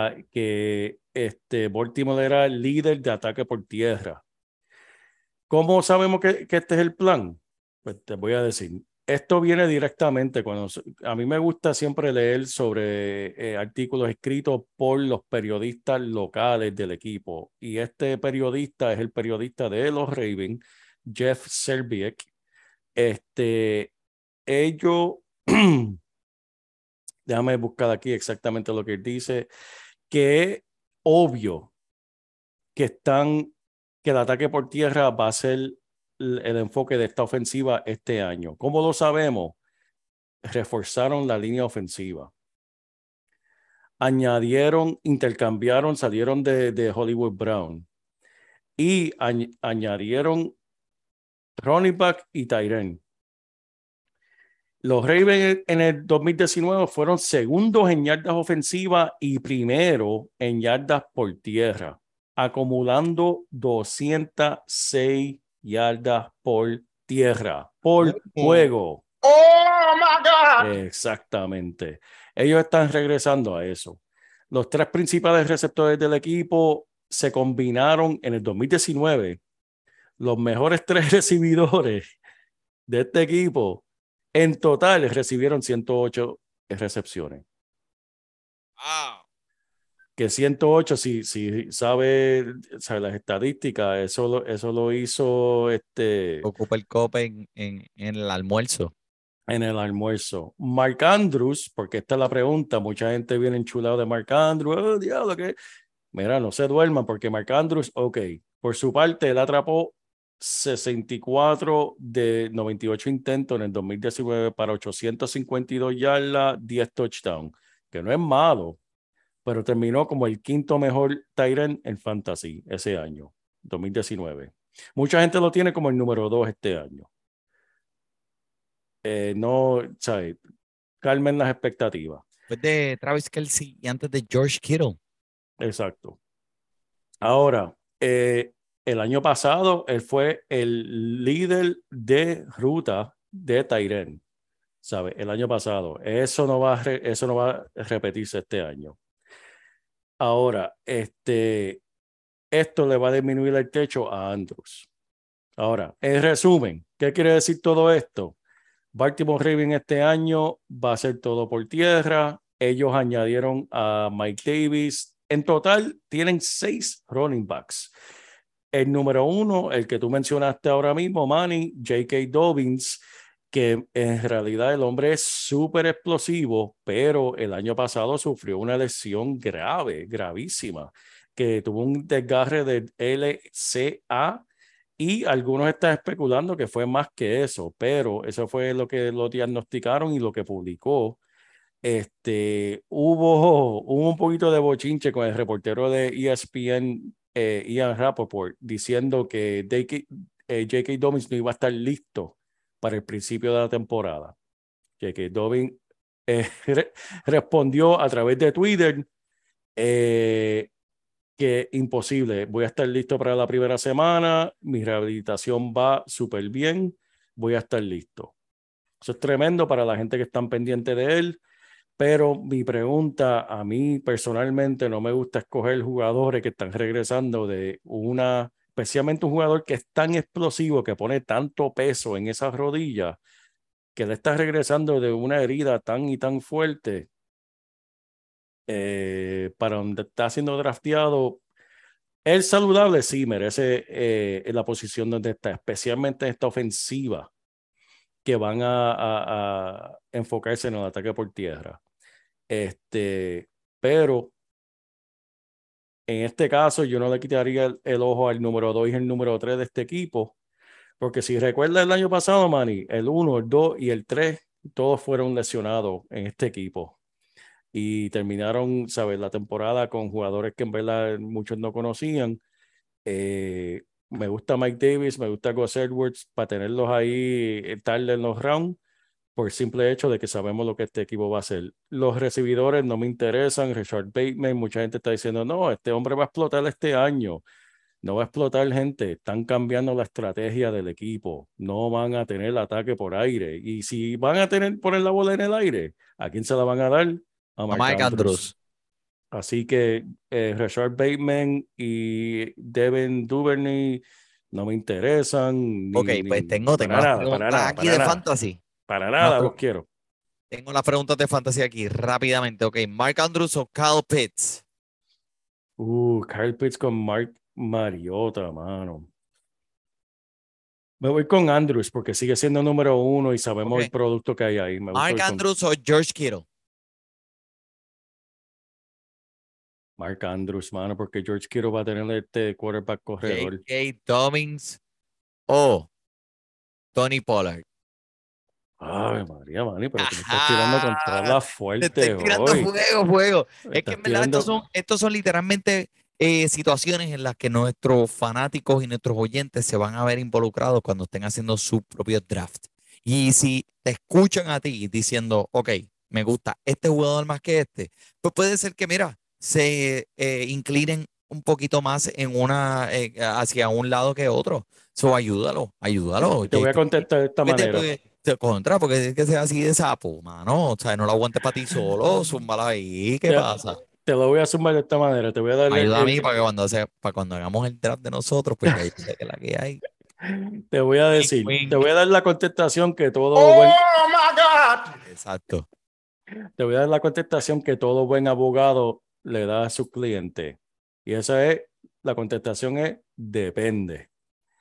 Baltimore era el líder de ataque por tierra. ¿Cómo sabemos que este es el plan? Pues te voy a decir. Esto viene directamente a mí me gusta siempre leer sobre artículos escritos por los periodistas locales del equipo. Y este periodista es el periodista de los Ravens, Jeff Zrebiec. Ellos, déjame buscar aquí exactamente lo que él dice, que es obvio que el ataque por tierra va a ser el enfoque de esta ofensiva este año. ¿Cómo lo sabemos? Reforzaron la línea ofensiva. Intercambiaron, salieron de Hollywood Brown y añadieron running back y tight end. Los Ravens en el 2019 fueron segundos en yardas ofensivas y primero en yardas por tierra, acumulando 206 yardas por tierra, por juego. ¡Oh, my God! Exactamente. Ellos están regresando a eso. Los tres principales receptores del equipo se combinaron en el 2019. Los mejores tres recibidores de este equipo en total recibieron 108 recepciones. Wow. Que 108, si sabe las estadísticas, eso lo hizo Ocupa el cope en el almuerzo. en el almuerzo. Mark Andrews, porque esta es la pregunta, mucha gente viene enchulado de Mark Andrews. Oh, diablo, ¿qué? Mira, no se duerman porque Mark Andrews, ok. Por su parte, él atrapó 64 de 98 intentos en el 2019 para 852 yardas, 10 touchdowns, que no es malo, pero terminó como el quinto mejor tight end en fantasy ese año, 2019. Mucha gente lo tiene como el número 2 este año. No, ¿sabes? Calmen las expectativas. Después de Travis Kelce y antes de George Kittle. Exacto. Ahora, el año pasado él fue el líder de ruta de tight end, ¿sabe? El año pasado. Eso no va a repetirse este año. Ahora, esto le va a disminuir el techo a Andrews. Ahora, en resumen, ¿qué quiere decir todo esto? Baltimore Ravens este año va a ser todo por tierra. Ellos añadieron a Mike Davis. En total tienen 6 running backs. El número 1, el que tú mencionaste ahora mismo, Manny, J.K. Dobbins, que en realidad el hombre es súper explosivo, pero el año pasado sufrió una lesión gravísima, que tuvo un desgarre del LCA y algunos están especulando que fue más que eso, pero eso fue lo que lo diagnosticaron y lo que publicó. Hubo un poquito de bochinche con el reportero de ESPN, Ian Rapoport, diciendo que J.K. Dobbins no iba a estar listo para el principio de la temporada. J.K. Dobbins respondió a través de Twitter que imposible, voy a estar listo para la primera semana, mi rehabilitación va súper bien, voy a estar listo. Eso es tremendo para la gente que están pendiente de él. Pero mi pregunta, a mí personalmente no me gusta escoger jugadores que están regresando especialmente un jugador que es tan explosivo, que pone tanto peso en esas rodillas, que le está regresando de una herida tan y tan fuerte, para donde está siendo drafteado. El saludable sí merece en la posición donde está, especialmente en esta ofensiva que van a enfocarse en el ataque por tierra. Pero en este caso yo no le quitaría el ojo al número 2 y el número 3 de este equipo, porque si recuerdas el año pasado, Manny, el 1, el 2 y el 3, todos fueron lesionados en este equipo. Y terminaron, ¿sabes? La temporada con jugadores que en verdad muchos no conocían. Me gusta Mike Davis, me gusta Gus Edwards para tenerlos ahí tarde en los rounds por el simple hecho de que sabemos lo que este equipo va a hacer. Los recibidores no me interesan. Richard Bateman, mucha gente está diciendo, no, este hombre va a explotar este año. No va a explotar, gente. Están cambiando la estrategia del equipo. No van a tener ataque por aire. Y si van a poner la bola en el aire, ¿a quién se la van a dar? A A Mark Mike Andrews. Andrews. Así que Richard Bateman y Devin Duvernay no me interesan. Ok, pues tengo Para las nada, preguntas para nada, aquí para de nada. fantasy. Para Las nada pre- los quiero. Tengo las preguntas de fantasy aquí rápidamente. Ok, Mark Andrews o Kyle Pitts. Kyle Pitts con Mark Mariota, mano. Me voy con Andrews porque sigue siendo número 1 y sabemos Ok. el producto que hay ahí. Me gusta Mark ir con Andrews o George Kittle. Mark Andrews, mano, porque George Kittle va a tener este quarterback corredor. J.K. Dobbins o Tony Pollard. Ay, María, Manny, pero tú me estás tirando con todas Ajá. las Te estoy fuertes tirando hoy. fuego. Me Es que estás en verdad tirando. estos son literalmente situaciones en las que nuestros fanáticos y nuestros oyentes se van a ver involucrados cuando estén haciendo su propio draft. Y si te escuchan a ti diciendo, ok, me gusta este jugador más que este, pues puede ser que, mira, se inclinen un poquito más hacia un lado que otro. So, ayúdalo, Te voy a JP. contestar de esta manera. Porque es que sea así de sapo, mano. O sea, no lo aguantes para ti solo, zúmbala ahí. ¿Qué Te, pasa? te lo voy a sumar de esta manera. Te voy a darle Ayuda a mí para que para cuando hagamos el draft de nosotros, pues ya yo sé que la que hay. te voy a Wink, decir. Te wink. voy a dar la contestación que todo buen. Exacto. Te voy a dar la contestación que todo buen abogado le da a su cliente. Y la contestación es depende.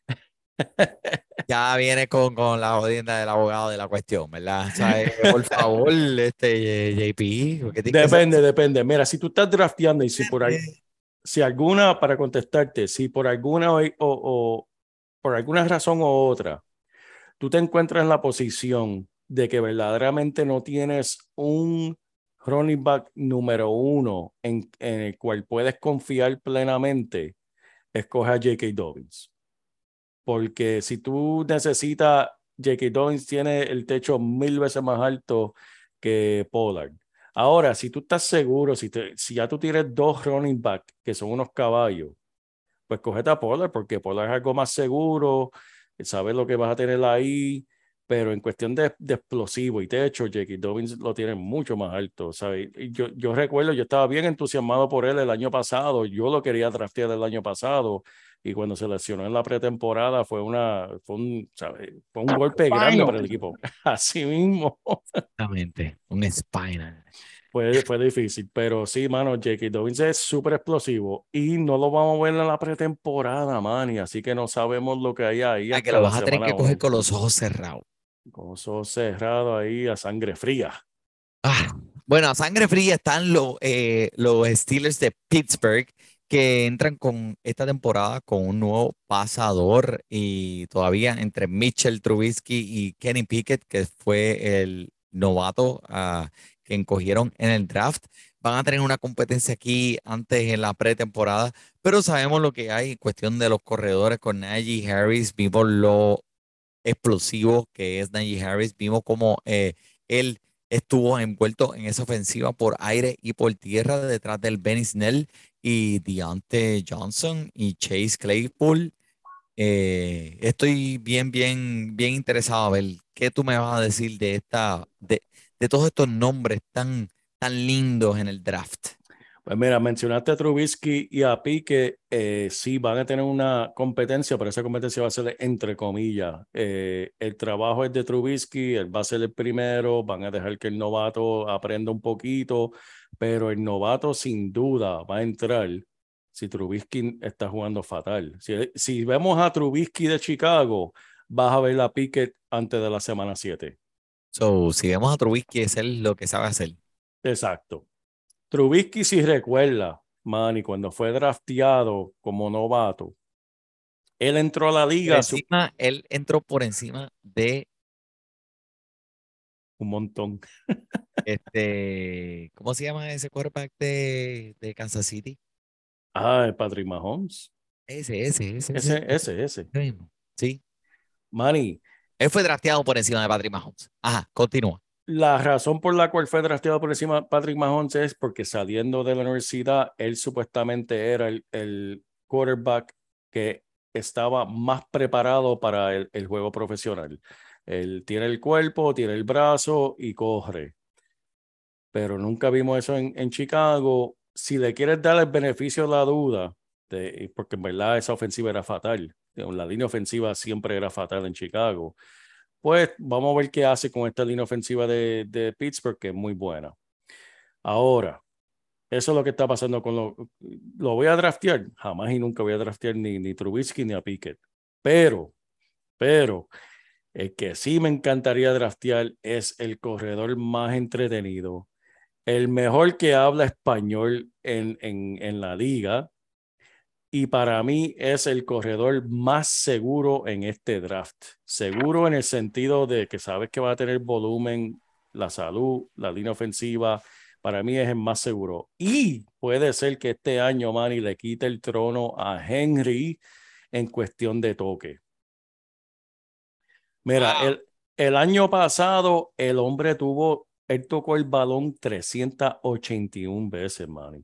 Ya viene con la jodienda del abogado de la cuestión, ¿verdad? O sea, por favor, JP, porque tienes que ser Depende. Mira, si tú estás drafteando y así. si alguna, para contestarte, si por alguna o por alguna razón u otra, tú te encuentras en la posición de que verdaderamente no tienes un running back número 1 en el cual puedes confiar plenamente, escoge a J.K. Dobbins. Porque si tú necesitas, J.K. Dobbins tiene el techo 1000 veces más alto que Pollard. Ahora, si tú estás seguro, si ya tú tienes 2 running back que son unos caballos, pues cógete a Pollard porque Pollard es algo más seguro, sabes lo que vas a tener ahí, pero en cuestión de explosivo y techo, J.K. Dobbins lo tiene mucho más alto, ¿sabes? Y yo recuerdo, yo estaba bien entusiasmado por él el año pasado, yo lo quería draftear el año pasado, y cuando se lesionó en la pretemporada ¿sabes? Fue un golpe grande para el equipo. Así mismo. Exactamente, un spinal. Fue difícil, pero sí, mano, J.K. Dobbins es súper explosivo y no lo vamos a ver en la pretemporada, man, y así que no sabemos lo que hay ahí A que hasta lo la vas a tener semana que coger 1. con los ojos cerrados. Con los ojos cerrados ahí a sangre fría. Bueno, a sangre fría están los Steelers de Pittsburgh que entran con esta temporada con un nuevo pasador y todavía entre Mitchell Trubisky y Kenny Pickett, que fue el novato que encogieron en el draft. Van a tener una competencia aquí antes en la pretemporada, pero sabemos lo que hay en cuestión de los corredores con Najee Harris. Vimos lo explosivo que es Najee Harris. Vimos cómo él estuvo envuelto en esa ofensiva por aire y por tierra detrás del Benny Snell y Deontay Johnson y Chase Claypool. Estoy bien interesado a ver qué tú me vas a decir de todos estos nombres tan lindos en el draft. Pues mira, mencionaste a Trubisky y a Pique, sí van a tener una competencia, pero esa competencia va a ser entre comillas. El trabajo es de Trubisky, él va a ser el primero, van a dejar que el novato aprenda un poquito, pero el novato sin duda va a entrar si Trubisky está jugando fatal. Si vemos a Trubisky de Chicago, vas a ver a Pickett antes de la semana 7. So, si vemos a Trubisky, es él lo que sabe hacer. Exacto. Trubisky, si recuerda, Manny, cuando fue drafteado como novato, él entró a la liga Él entró por encima de un montón. ¿Cómo se llama ese quarterback de Kansas City? Patrick Mahomes. Ese mismo. Sí. Manny, Él fue drafteado por encima de Patrick Mahomes. Ajá, continúa. la razón por la cual fue drafteado por encima de Patrick Mahomes es porque saliendo de la universidad, él supuestamente era el quarterback que estaba más preparado para el juego profesional. Él tiene el cuerpo, tiene el brazo y corre. Pero nunca vimos eso en Chicago. Si le quieres dar el beneficio de la duda, porque en verdad esa ofensiva era fatal, la línea ofensiva siempre era fatal en Chicago, pues vamos a ver qué hace con esta línea ofensiva de Pittsburgh, que es muy buena. Ahora, eso es lo que está pasando con lo voy a draftear. Jamás y nunca voy a draftear ni Trubisky ni a Pickett. Pero, el que sí me encantaría draftear es el corredor más entretenido, el mejor que habla español en la liga, y para mí es el corredor más seguro en este draft. Seguro en el sentido de que sabes que va a tener volumen, la salud, la línea ofensiva. Para mí es el más seguro. Y puede ser que este año Manny le quite el trono a Henry en cuestión de toque. Mira, el año pasado el hombre él tocó el balón 381 veces, Manny.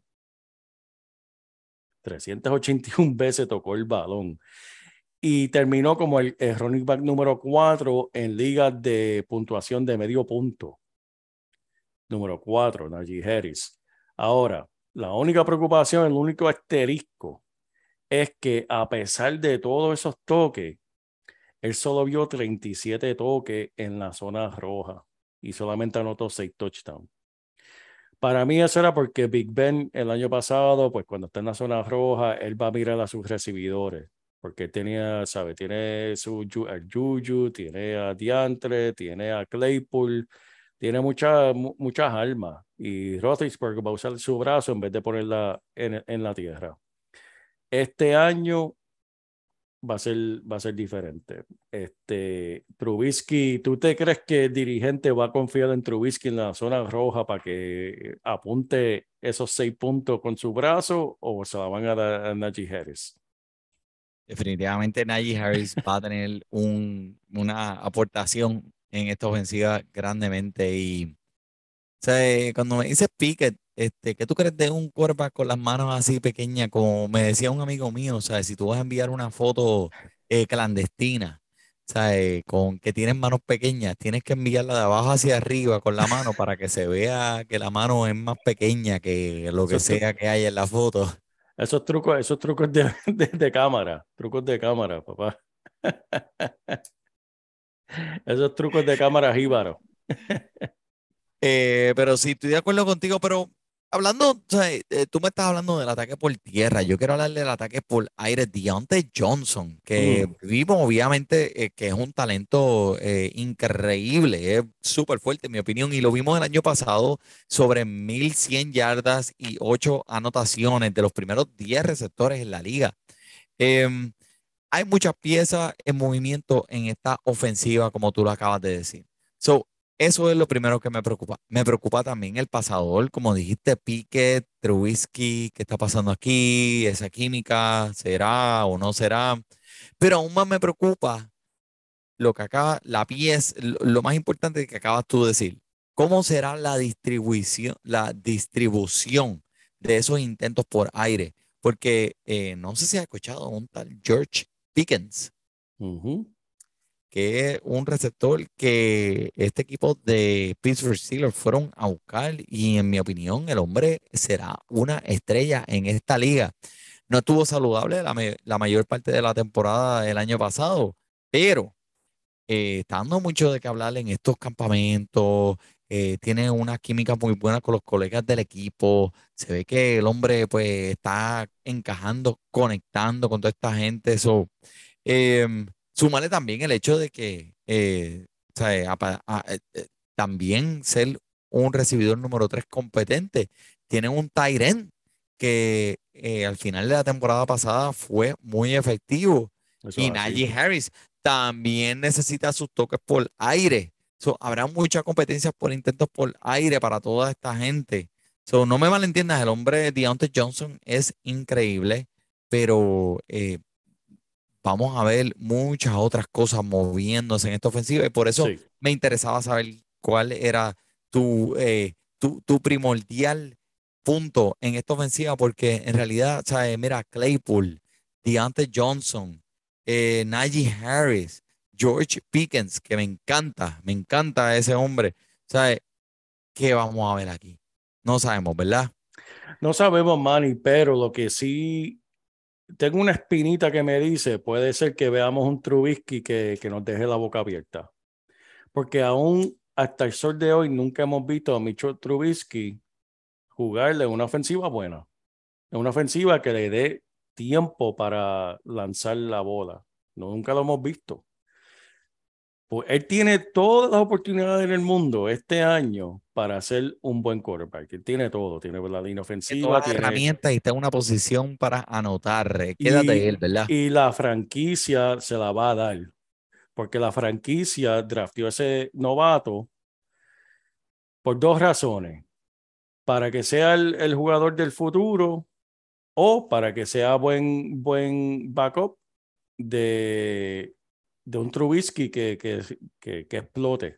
381 veces tocó el balón. Y terminó como el running back número 4 en ligas de puntuación de medio punto. Número 4, Najee Harris. Ahora, la única preocupación, el único asterisco, es que a pesar de todos esos toques, él solo vio 37 toques en la zona roja y solamente anotó 6 touchdowns. Para mí eso era porque Big Ben el año pasado, pues cuando está en la zona roja, él va a mirar a sus recibidores, porque tenía, ¿sabe? Tiene a Juju, tiene a Diantre, tiene a Claypool, tiene muchas armas, y Roethlisberger va a usar su brazo en vez de ponerla en la tierra. Este año va a ser diferente. Trubisky, ¿tú te crees que el dirigente va a confiar en Trubisky en la zona roja para que apunte esos 6 puntos con su brazo, o se la van a dar a Najee Harris? Definitivamente Najee Harris va a tener una aportación en esta ofensiva grandemente. Y o sea, cuando me dices Pickett, ¿qué tú crees de un quarterback con las manos así pequeñas? Como me decía un amigo mío, o sea, si tú vas a enviar una foto clandestina, o sea, con que tienes manos pequeñas, tienes que enviarla de abajo hacia arriba con la mano para que se vea que la mano es más pequeña que lo que sea que haya en la foto. Esos trucos de cámara, trucos de cámara, papá. Esos trucos de cámara jíbaro. Pero sí, estoy de acuerdo contigo, pero hablando, o sea, tú me estás hablando del ataque por tierra, yo quiero hablar del ataque por aire. Deontay Johnson, que vimos obviamente que es un talento increíble, es súper fuerte en mi opinión, y lo vimos el año pasado sobre 1,100 yardas y 8 anotaciones de los primeros 10 receptores en la liga. Em, Hay muchas piezas en movimiento en esta ofensiva, como tú lo acabas de decir. So, eso es lo primero que me preocupa. Me preocupa también el pasador, como dijiste, Pickett, Trubisky, ¿qué está pasando aquí? Esa química, ¿será o no será? Pero aún más me preocupa lo que acaba, la pieza, lo más importante que acabas tú de decir. ¿Cómo será la distribución de esos intentos por aire? Porque no sé si has escuchado a un tal George Pickens, que es un receptor que este equipo de Pittsburgh Steelers fueron a buscar, y en mi opinión el hombre será una estrella en esta liga. No estuvo saludable la mayor parte de la temporada del año pasado, pero está dando mucho de qué hablar en estos campamentos, tiene una química muy buena con los colegas del equipo. Se ve que el hombre pues está encajando, conectando con toda esta gente. Eso, súmale también el hecho de que o sea, también ser un recibidor número 3 competente. Tiene un tight end que al final de la temporada pasada fue muy efectivo. Eso Y es así. Najee Harris también necesita sus toques por aire. So, habrá mucha competencia por intentos por aire para toda esta gente. So, no me malentiendas, el hombre Deontay Johnson es increíble, pero vamos a ver muchas otras cosas moviéndose en esta ofensiva y por eso Sí. me interesaba saber cuál era tu primordial punto en esta ofensiva, porque en realidad, ¿sabes? Mira, Claypool, Deontay Johnson, Najee Harris, George Pickens, que me encanta ese hombre. ¿Sabes? ¿Qué vamos a ver aquí? No sabemos, ¿verdad? No sabemos, Manny, pero lo que sí tengo una espinita que me dice, puede ser que veamos un Trubisky que nos deje la boca abierta. Porque aún hasta el sol de hoy nunca hemos visto a Mitchell Trubisky jugarle una ofensiva buena. Una ofensiva que le dé tiempo para lanzar la bola. No, nunca lo hemos visto. Pues él tiene todas las oportunidades en el mundo este año para ser un buen quarterback. Él tiene todo. Tiene la línea Que todas ofensiva, las herramientas y está en una posición para anotar. Quédate de y, él, ¿verdad? y la franquicia se la va a dar. Porque la franquicia drafteó a ese novato por dos razones. Para que sea el jugador del futuro o para que sea buen backup de, de un Trubisky que explote.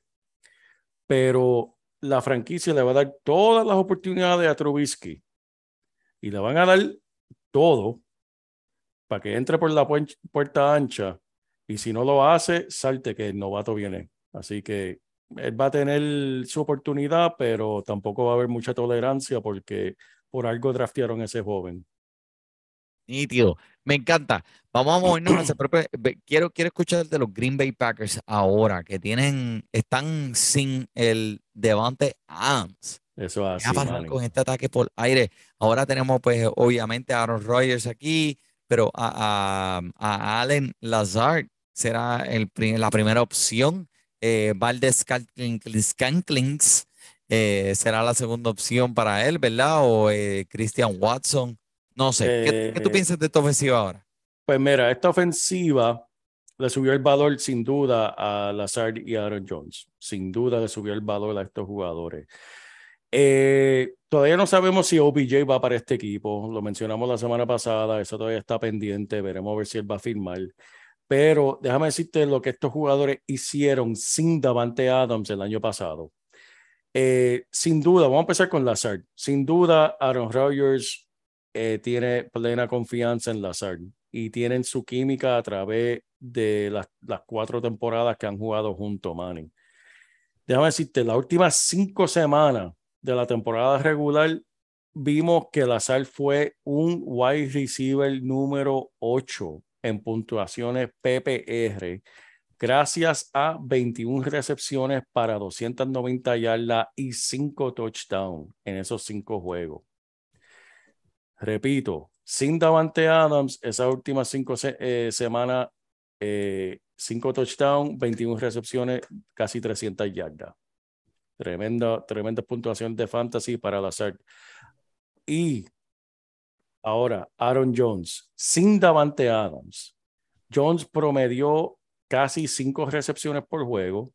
Pero la franquicia le va a dar todas las oportunidades a Trubisky y le van a dar todo para que entre por la puerta ancha y si no lo hace, salte que el novato viene. Así que él va a tener su oportunidad, pero tampoco va a haber mucha tolerancia porque por algo draftearon a ese joven. Nítido. Me encanta. Vamos a movernos hacia quiero escuchar de los Green Bay Packers ahora, que están sin el Devante Adams. Eso es ¿Qué va a así, pasar Manny. con este ataque por aire? Ahora tenemos, pues, obviamente a Aaron Rodgers aquí, pero a Allen Lazard será la primera opción. Valdez Scantling será la segunda opción para él, ¿verdad? O Christian Watson. No sé. ¿Qué tú Eh, piensas de esta ofensiva ahora? pues mira, esta ofensiva le subió el valor sin duda a Lazard y Aaron Jones. Sin duda le subió el valor a estos jugadores. Todavía no sabemos si OBJ va para este equipo. Lo mencionamos la semana pasada. Eso todavía está pendiente. Veremos a ver si él va a firmar. Pero déjame decirte lo que estos jugadores hicieron sin Davante Adams el año pasado. Sin duda, vamos a empezar con Lazard. Sin duda, Aaron Rodgers tiene plena confianza en Lazard y tienen su química a través de las 4 temporadas que han jugado juntos, Manny. Déjame decirte, las últimas 5 semanas de la temporada regular vimos que Lazard fue un wide receiver número 8 en puntuaciones PPR, gracias a 21 recepciones para 290 yardas y 5 touchdowns en esos 5 juegos. Repito, sin Davante Adams, esas últimas 5 semanas, 5 touchdowns, 21 recepciones, casi 300 yardas. Tremenda puntuación de fantasy para Lazard. Y ahora, Aaron Jones, sin Davante Adams. Jones promedió casi 5 recepciones por juego,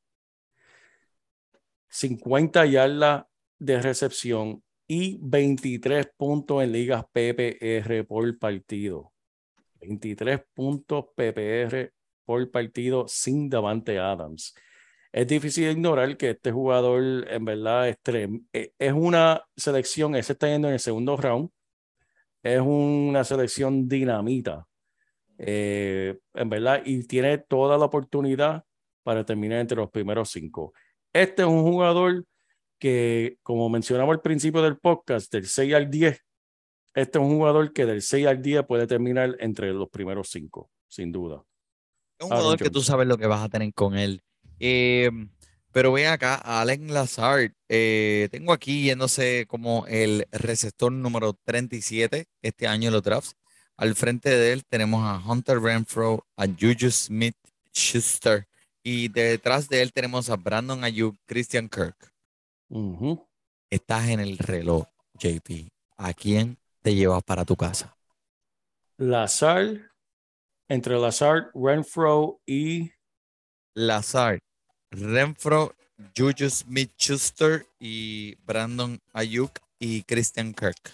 50 yardas de recepción y 23 puntos en ligas PPR por partido. 23 puntos PPR por partido sin Davante Adams. Es difícil ignorar que este jugador en verdad es una selección, ese está yendo en el segundo round, es una selección dinamita, en verdad, y tiene toda la oportunidad para terminar entre los primeros 5. Este es un jugador que, como mencionamos al principio del podcast, del 6 al 10, este es un jugador que del 6 al 10 puede terminar entre los primeros 5, sin duda. Es un Aaron jugador que tú Jones. sabes lo que vas a tener con él. Eh, Pero ven acá, Allen Lazard, tengo aquí yéndose como el receptor número 37 este año en los drafts. Al frente de él tenemos a Hunter Renfrow, a Juju Smith-Schuster y detrás de él tenemos a Brandon Ayuk, Christian Kirk. Ujú. Estás en el reloj, JP. ¿A quién te llevas para tu casa? Lazard, entre Lazard, Renfro y Lazard, Renfro, Juju Smith-Schuster y Brandon Ayuk y Christian Kirk.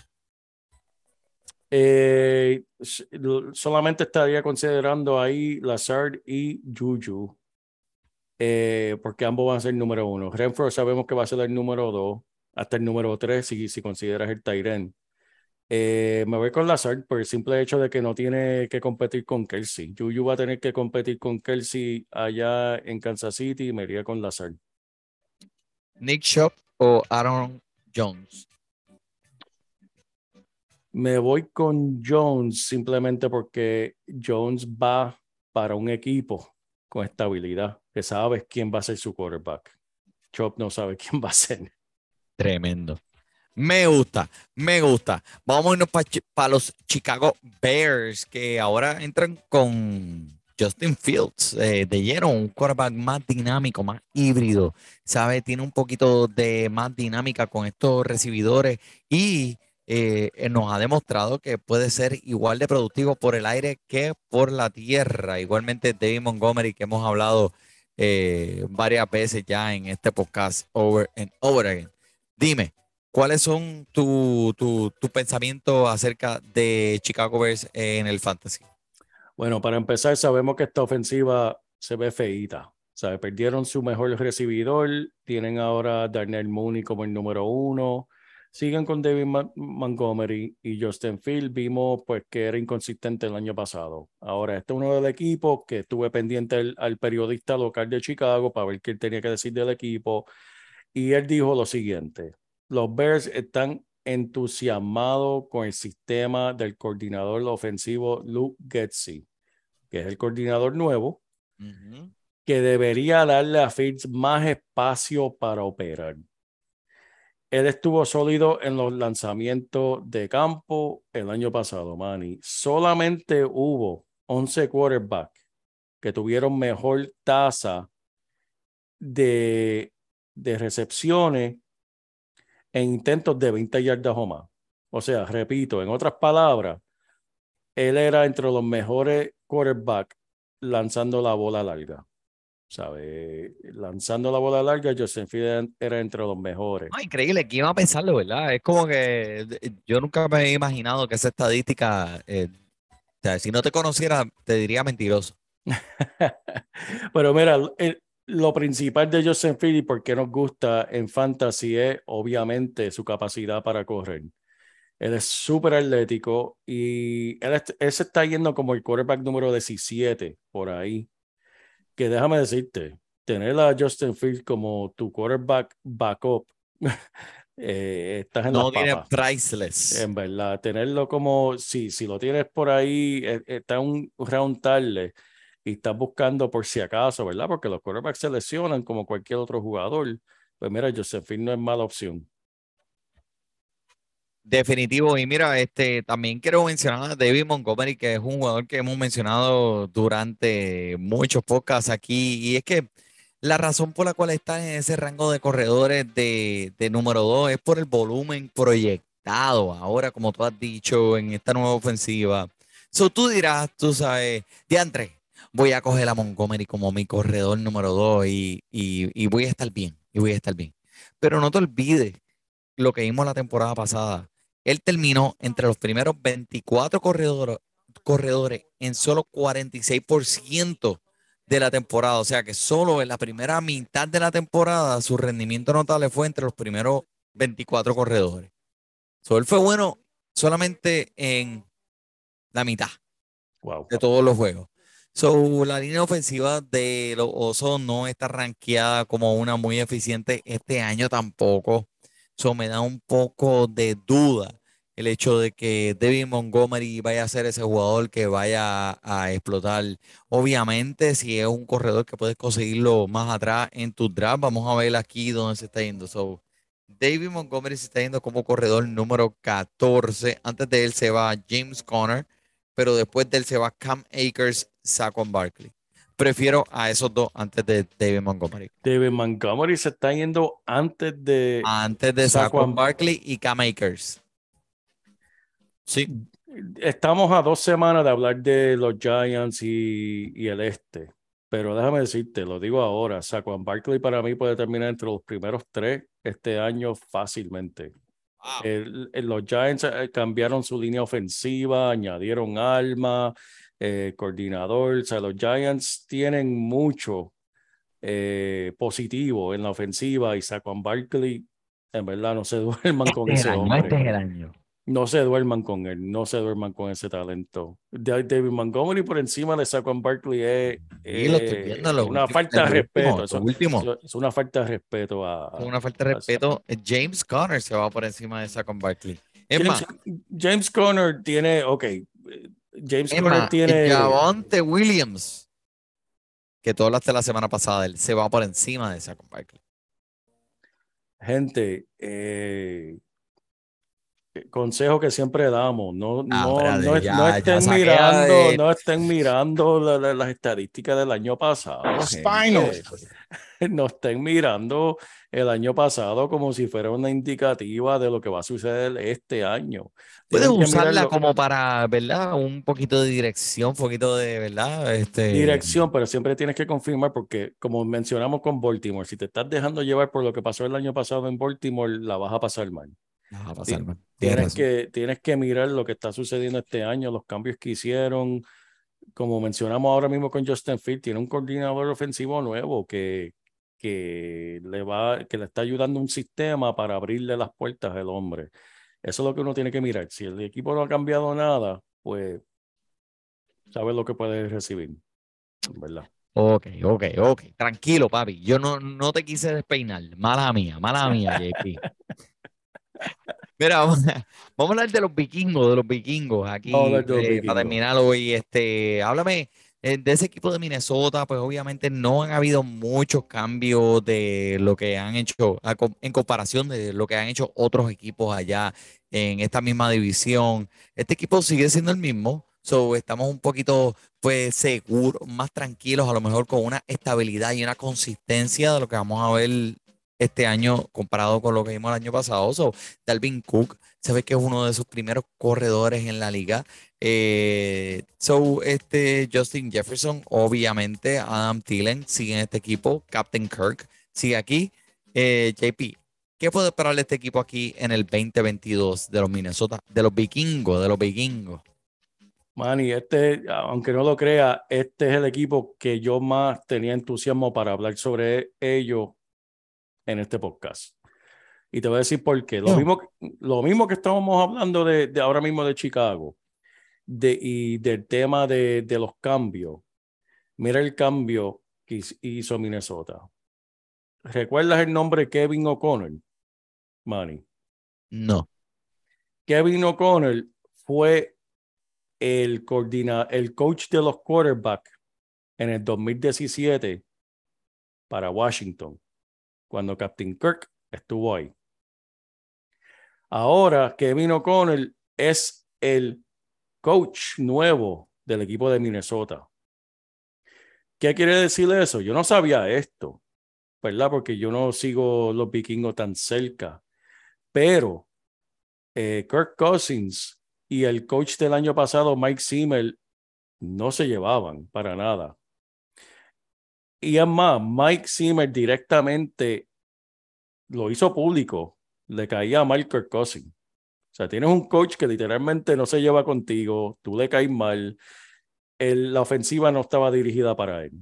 Solamente estaría considerando ahí Lazard y Juju, porque ambos van a ser número 1. Renfro sabemos que va a ser el número 2, hasta el número 3 si consideras el tight end. Me voy con Lazard por el simple hecho de que no tiene que competir con Kelsey. Juju va a tener que competir con Kelsey allá en Kansas City y me iría con Lazard. Nick Chubb o Aaron Jones. Me voy con Jones simplemente porque Jones va para un equipo con estabilidad, que sabes quién va a ser su quarterback. Chop no sabe quién va a ser. Tremendo. Me gusta, me gusta. Vamos a irnos para los Chicago Bears, que ahora entran con Justin Fields de lleno, un quarterback más dinámico, más híbrido, ¿sabe? Tiene un poquito de más dinámica con estos recibidores y nos ha demostrado que puede ser igual de productivo por el aire que por la tierra. Igualmente David Montgomery, que hemos hablado varias veces ya en este podcast over and over again. Dime, ¿cuáles son tu pensamiento acerca de Chicago Bears en el fantasy? Bueno, para empezar, sabemos que esta ofensiva se ve feíta. O sea, perdieron su mejor recibidor, tienen ahora a Darnell Mooney como el número 1, siguen con David Montgomery y Justin Fields. Vimos pues que era inconsistente el año pasado. Ahora, este es uno del equipo que estuve pendiente al periodista local de Chicago para ver qué él tenía que decir del equipo. Y él dijo lo siguiente: los Bears están entusiasmados con el sistema del coordinador ofensivo Luke Getsy, que es el coordinador nuevo, que debería darle a Fields más espacio para operar. Él estuvo sólido en los lanzamientos de campo el año pasado, Manny. Solamente hubo 11 quarterbacks que tuvieron mejor tasa de recepciones en intentos de 20 yardas o más. O sea, repito, en otras palabras, él era entre los mejores quarterbacks lanzando la bola larga. ¿Sabe? Lanzando la bola larga, Justin Fields era entre los mejores. No, increíble, ¿quién iba a pensarlo, verdad? Es como que yo nunca me he imaginado que esa estadística, o sea, si no te conociera, te diría mentiroso. Pero mira, lo principal de Justin Fields y por qué nos gusta en fantasy es obviamente su capacidad para correr. Él es súper atlético y él se está yendo como el quarterback número 17 por ahí. Que déjame decirte, tener a Justin Fields como tu quarterback backup, estás en las No tiene papas. priceless. En verdad, tenerlo como, si lo tienes por ahí, está un round tarde y estás buscando por si acaso, ¿verdad? Porque los quarterbacks se lesionan como cualquier otro jugador. Pues mira, Justin Fields no es mala opción. Definitivo. Y mira, también quiero mencionar a David Montgomery, que es un jugador que hemos mencionado durante muchos podcasts aquí. Y es que la razón por la cual está en ese rango de corredores de número 2 es por el volumen proyectado ahora, como tú has dicho, en esta nueva ofensiva. So, tú dirás, tú sabes, diantre, voy a coger a Montgomery como mi corredor número 2 y voy a estar bien, y voy a estar bien. Pero no te olvides lo que vimos la temporada pasada. Él terminó entre los primeros 24 corredores en solo 46% de la temporada. O sea que solo en la primera mitad de la temporada su rendimiento notable fue entre los primeros 24 corredores. So, él fue bueno solamente en la mitad Wow. de todos los juegos. So, la línea ofensiva de los Osos no está rankeada como una muy eficiente este año tampoco. So, me da un poco de duda el hecho de que David Montgomery vaya a ser ese jugador que vaya a explotar. Obviamente, si es un corredor que puedes conseguirlo más atrás en tu draft, vamos a ver aquí dónde se está yendo. So, David Montgomery se está yendo como corredor número 14. Antes de él se va James Conner, pero después de él se va Cam Akers, Saquon Barkley. Prefiero a esos dos antes de David Montgomery. David Montgomery se está yendo antes de Antes de Saquon Barkley y Cam Akers. Sí. Estamos a 2 semanas de hablar de los Giants y el este, pero déjame decirte, lo digo ahora, Saquon Barkley para mí puede terminar entre los primeros 3 este año fácilmente. Los Giants cambiaron su línea ofensiva, añadieron alma, coordinador, o sea, los Giants tienen mucho positivo en la ofensiva y Saquon Barkley, en verdad, no se duerman con ese hombre. Este es el año. No se duerman con él, no se duerman con ese talento. David Montgomery por encima de Saquon Barkley Sí, lo estoy viendo en los una últimos- falta de en los respeto. últimos, los últimos. Es una falta de respeto Es una falta de respeto. James Conner se va por encima de Saquon Barkley. Es James, más, James Conner tiene, James es Conner más, tiene, Javonte Williams, que tú hablaste la semana pasada, él se va por encima de Saquon Barkley. gente, consejo que siempre damos, no Espérate, ya estén saqué mirando, de- no estén mirando las estadísticas del año pasado. Gente. No estén mirando el año pasado como si fuera una indicativa de lo que va a suceder este año. Puedes Tienen que usarla mirarlo- como para, ¿verdad? Un poquito de dirección, un poquito de, ¿verdad? dirección, pero siempre tienes que confirmar porque, como mencionamos con Baltimore, si te estás dejando llevar por lo que pasó el año pasado en Baltimore, la vas a pasar mal. No va a pasar, man. Tienes que mirar lo que está sucediendo este año, los cambios que hicieron. Como mencionamos ahora mismo con Justin Fields, tiene un coordinador ofensivo nuevo que le está ayudando un sistema para abrirle las puertas al hombre. Eso es lo que uno tiene que mirar. Si el equipo no ha cambiado nada, pues sabes lo que puedes recibir, ¿verdad? Ok. Tranquilo, papi. Yo no te quise despeinar. Mala mía, JP. Mira, vamos a hablar de los vikingos aquí Vamos a hablar de los para vikingos. terminar hoy. Háblame de ese equipo de Minnesota, pues obviamente no han habido muchos cambios de lo que han hecho en comparación de lo que han hecho otros equipos allá en esta misma división. Este equipo sigue siendo el mismo, so estamos un poquito pues seguros, más tranquilos, a lo mejor con una estabilidad y una consistencia de lo que vamos a ver este año comparado con lo que vimos el año pasado. So, Dalvin Cook se ve que es uno de sus primeros corredores en la liga. Justin Jefferson, obviamente, Adam Thielen sigue en este equipo, Captain Kirk sigue aquí. JP, ¿qué puede esperar de este equipo aquí en el 2022 de los Minnesota, de los vikingos? Manny, aunque no lo crea, este es el equipo que yo más tenía entusiasmo para hablar sobre ellos en este podcast. Y te voy a decir por qué. Lo mismo que estábamos hablando de ahora mismo de Chicago y del tema de los cambios. Mira el cambio que hizo Minnesota. ¿Recuerdas el nombre Kevin O'Connell, Manny? No. Kevin O'Connell fue el coach de los quarterbacks en el 2017 para Washington, cuando Captain Kirk estuvo ahí. Ahora Kevin O'Connell es el coach nuevo del equipo de Minnesota. ¿Qué quiere decir eso? Yo no sabía esto, ¿verdad? Porque yo no sigo los vikingos tan cerca. Pero Kirk Cousins y el coach del año pasado, Mike Zimmer, no se llevaban para nada. Y es más, Mike Zimmer directamente lo hizo público, le caía mal Kirk Cousins. O sea, tienes un coach que literalmente no se lleva contigo, tú le caes mal, la ofensiva no estaba dirigida para él.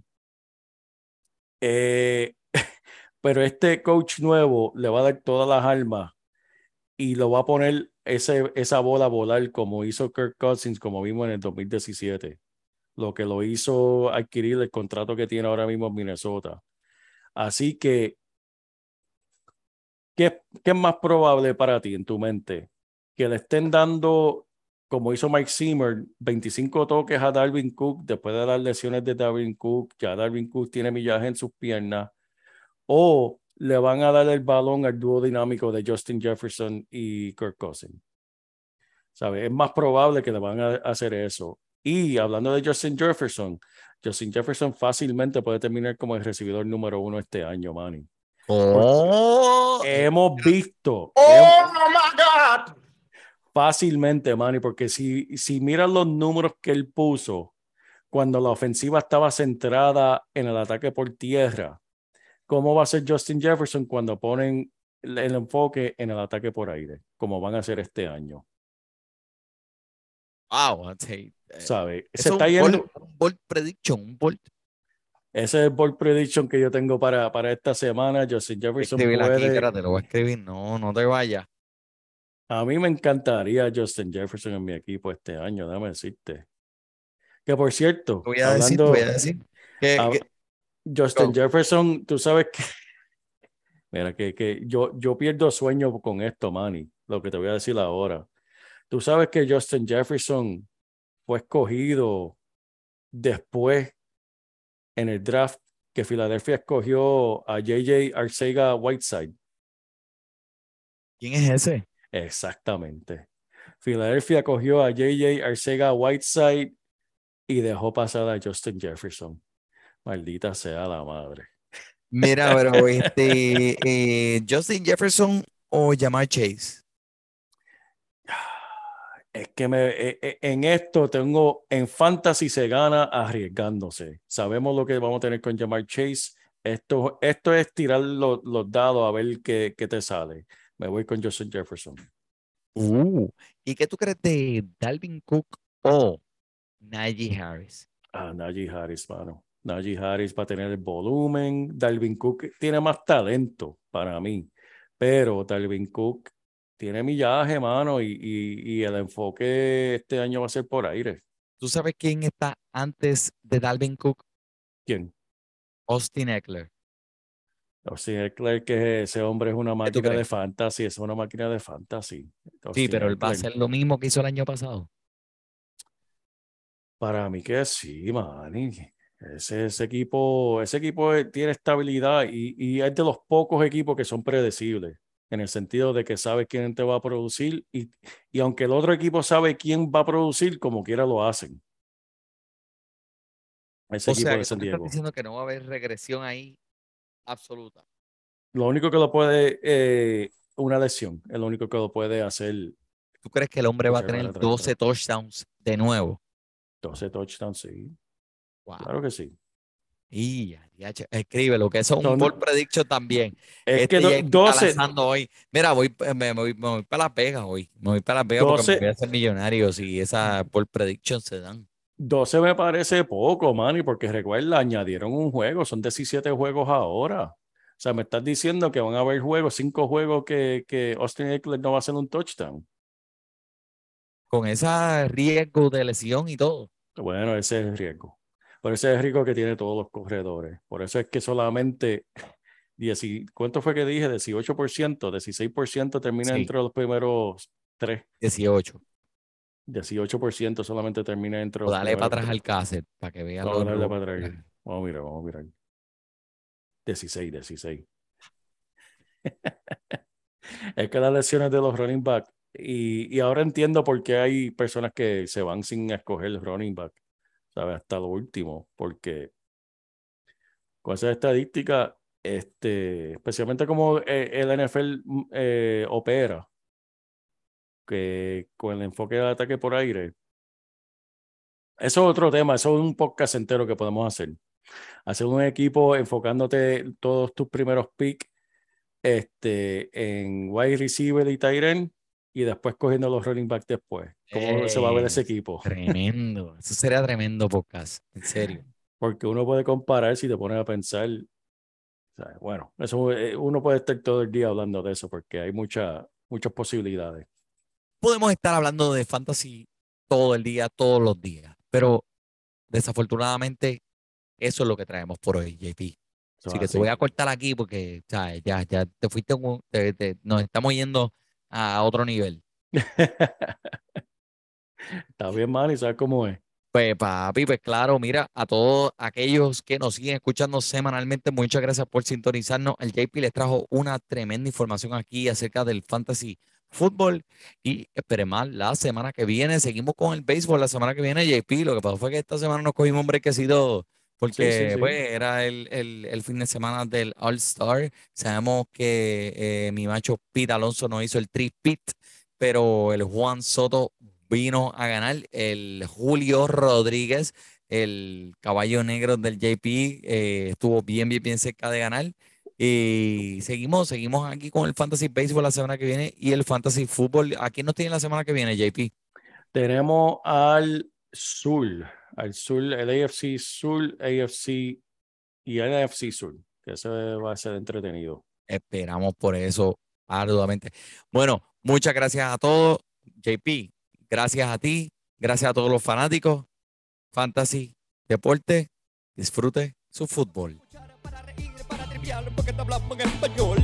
Pero este coach nuevo le va a dar todas las armas y lo va a poner esa bola a volar como hizo Kirk Cousins, como vimos en el 2017. Lo que lo hizo adquirir el contrato que tiene ahora mismo en Minnesota. Así que, ¿qué es más probable para ti en tu mente? que le estén dando, como hizo Mike Zimmer, 25 toques a Dalvin Cook después de las lesiones de Dalvin Cook. Ya Dalvin Cook tiene millaje en sus piernas. O le van a dar el balón al dúo dinámico de Justin Jefferson y Kirk Cousins. ¿Sabe? Es más probable que le van a hacer eso. Y hablando de Justin Jefferson fácilmente puede terminar como el recibidor número 1 este año, Manny. Oh, Hemos visto my God. fácilmente, Manny, porque si miran los números que él puso cuando la ofensiva estaba centrada en el ataque por tierra, ¿cómo va a ser Justin Jefferson cuando ponen el enfoque en el ataque por aire? Como van a hacer este año. Wow, sí. ¿Sabe? Se Eso está es yendo. un bold prediction, un bold. Ese es el bold prediction que yo tengo para esta semana. Justin Jefferson Escríbelo aquí, puede. espérate, lo voy a escribir. No te vayas. A mí me encantaría Justin Jefferson en mi equipo este año, déjame decirte. Que por cierto, Te voy a hablando, decir. Justin Go. Jefferson, tú sabes que, mira, que yo pierdo sueño con esto, Manny, lo que te voy a decir ahora. Tú sabes que Justin Jefferson fue escogido después en el draft que Filadelfia escogió a J.J. Arcega-Whiteside. ¿Quién es ese? Exactamente. Filadelfia cogió a J.J. Arcega-Whiteside y dejó pasar a Justin Jefferson. Maldita sea la madre. Mira, pero Justin Jefferson o Jamar Chase. Es que en esto en fantasy se gana arriesgándose. Sabemos lo que vamos a tener con Jamar Chase. Esto es tirar los dados a ver qué te sale. Me voy con Justin Jefferson. ¿Y qué tú crees de Dalvin Cook o Najee Harris? Najee Harris, mano. Najee Harris va a tener el volumen. Dalvin Cook tiene más talento para mí. Pero Dalvin Cook tiene millaje, mano. Y el enfoque este año va a ser por aire. ¿Tú sabes quién está antes de Dalvin Cook? ¿Quién? Austin Eckler. Austin Eckler, que ese hombre es una tú máquina de crees? fantasy. Es una máquina de fantasy. Sí, Austin pero él va a Eckler. hacer lo mismo que hizo el año pasado. Para mí que sí, man. Ese equipo tiene estabilidad y es de los pocos equipos que son predecibles, en el sentido de que sabes quién te va a producir y aunque el otro equipo sabe quién va a producir, como quiera lo hacen. Ese O equipo sea, de que tú San me estás Diego. diciendo que no va a haber regresión ahí absoluta. Lo único que lo puede, una lesión, es lo único que lo puede hacer. ¿Tú crees que el hombre va a Echar para tener atrás. 12 touchdowns de nuevo? 12 touchdowns, sí. Wow. Claro que sí. Y escríbelo, que eso es un bold prediction también. Es que JP está 12, lanzando hoy. Mira, me voy para Las Vegas hoy. Me voy para Las Vegas porque me 12, voy a hacer millonario si esas bold predictions se dan. 12 me parece poco, Manny, porque recuerda, añadieron un juego, son 17 juegos ahora. O sea, me estás diciendo que van a haber juegos, 5 juegos que Austin Eckler no va a hacer un touchdown. Con ese riesgo de lesión y todo. Bueno, ese es el riesgo. Pero ese es el riesgo que tiene todos los corredores. Por eso es que solamente, ¿cuánto fue que dije? 18%, 16% termina Sí. entre los primeros 3. 18. 18% solamente termina entre O los dale primeros para atrás 3. al cassette para que vean Vamos a los darle números. para atrás. Vamos a mirar. 16. Es que las lesiones de los running back y ahora entiendo por qué hay personas que se van sin escoger el running back, ¿sabes? Hasta lo último, porque con esa estadística, especialmente como el NFL opera, que con el enfoque de ataque por aire, eso es otro tema, eso es un podcast entero que podemos hacer. Hacer un equipo enfocándote todos tus primeros picks en wide receiver y tight end y después cogiendo los running back después. ¿Cómo se va a ver ese equipo? Tremendo. Eso sería tremendo podcast, en serio. Porque uno puede comparar si te pones a pensar. ¿Sabes? Bueno, eso uno puede estar todo el día hablando de eso porque hay muchas posibilidades. Podemos estar hablando de fantasy todo el día, todos los días, pero desafortunadamente eso es lo que traemos por hoy, JP. Así que te voy a cortar aquí porque ¿sabes? Ya te fuiste, nos estamos yendo a otro nivel. Está bien, Manny, ¿sabes cómo es? Pues papi, pues claro, mira, a todos aquellos que nos siguen escuchando semanalmente, muchas gracias por sintonizarnos. El JP les trajo una tremenda información aquí acerca del fantasy fútbol y espere más la semana que viene. Seguimos con el béisbol la semana que viene, JP. Lo que pasó fue que esta semana nos cogimos un brequecito Sí, sí, porque sí. pues era el fin de semana del All-Star. Sabemos que mi macho Pete Alonso no hizo el tri-pit, pero el Juan Soto vino a ganar. El Julio Rodríguez, el caballo negro del JP, estuvo bien cerca de ganar. Y seguimos aquí con el Fantasy Baseball la semana que viene y el Fantasy Fútbol. ¿A quién nos tiene la semana que viene, JP? Tenemos al sur, el AFC Sur, AFC y el NFC Sur, que ese va a ser entretenido. Esperamos por eso arduamente. Bueno, muchas gracias a todos. JP, gracias a ti, gracias a todos los fanáticos. Fantasy, deporte, disfrute su fútbol. Para reír, para triviar, porque te hablamos en español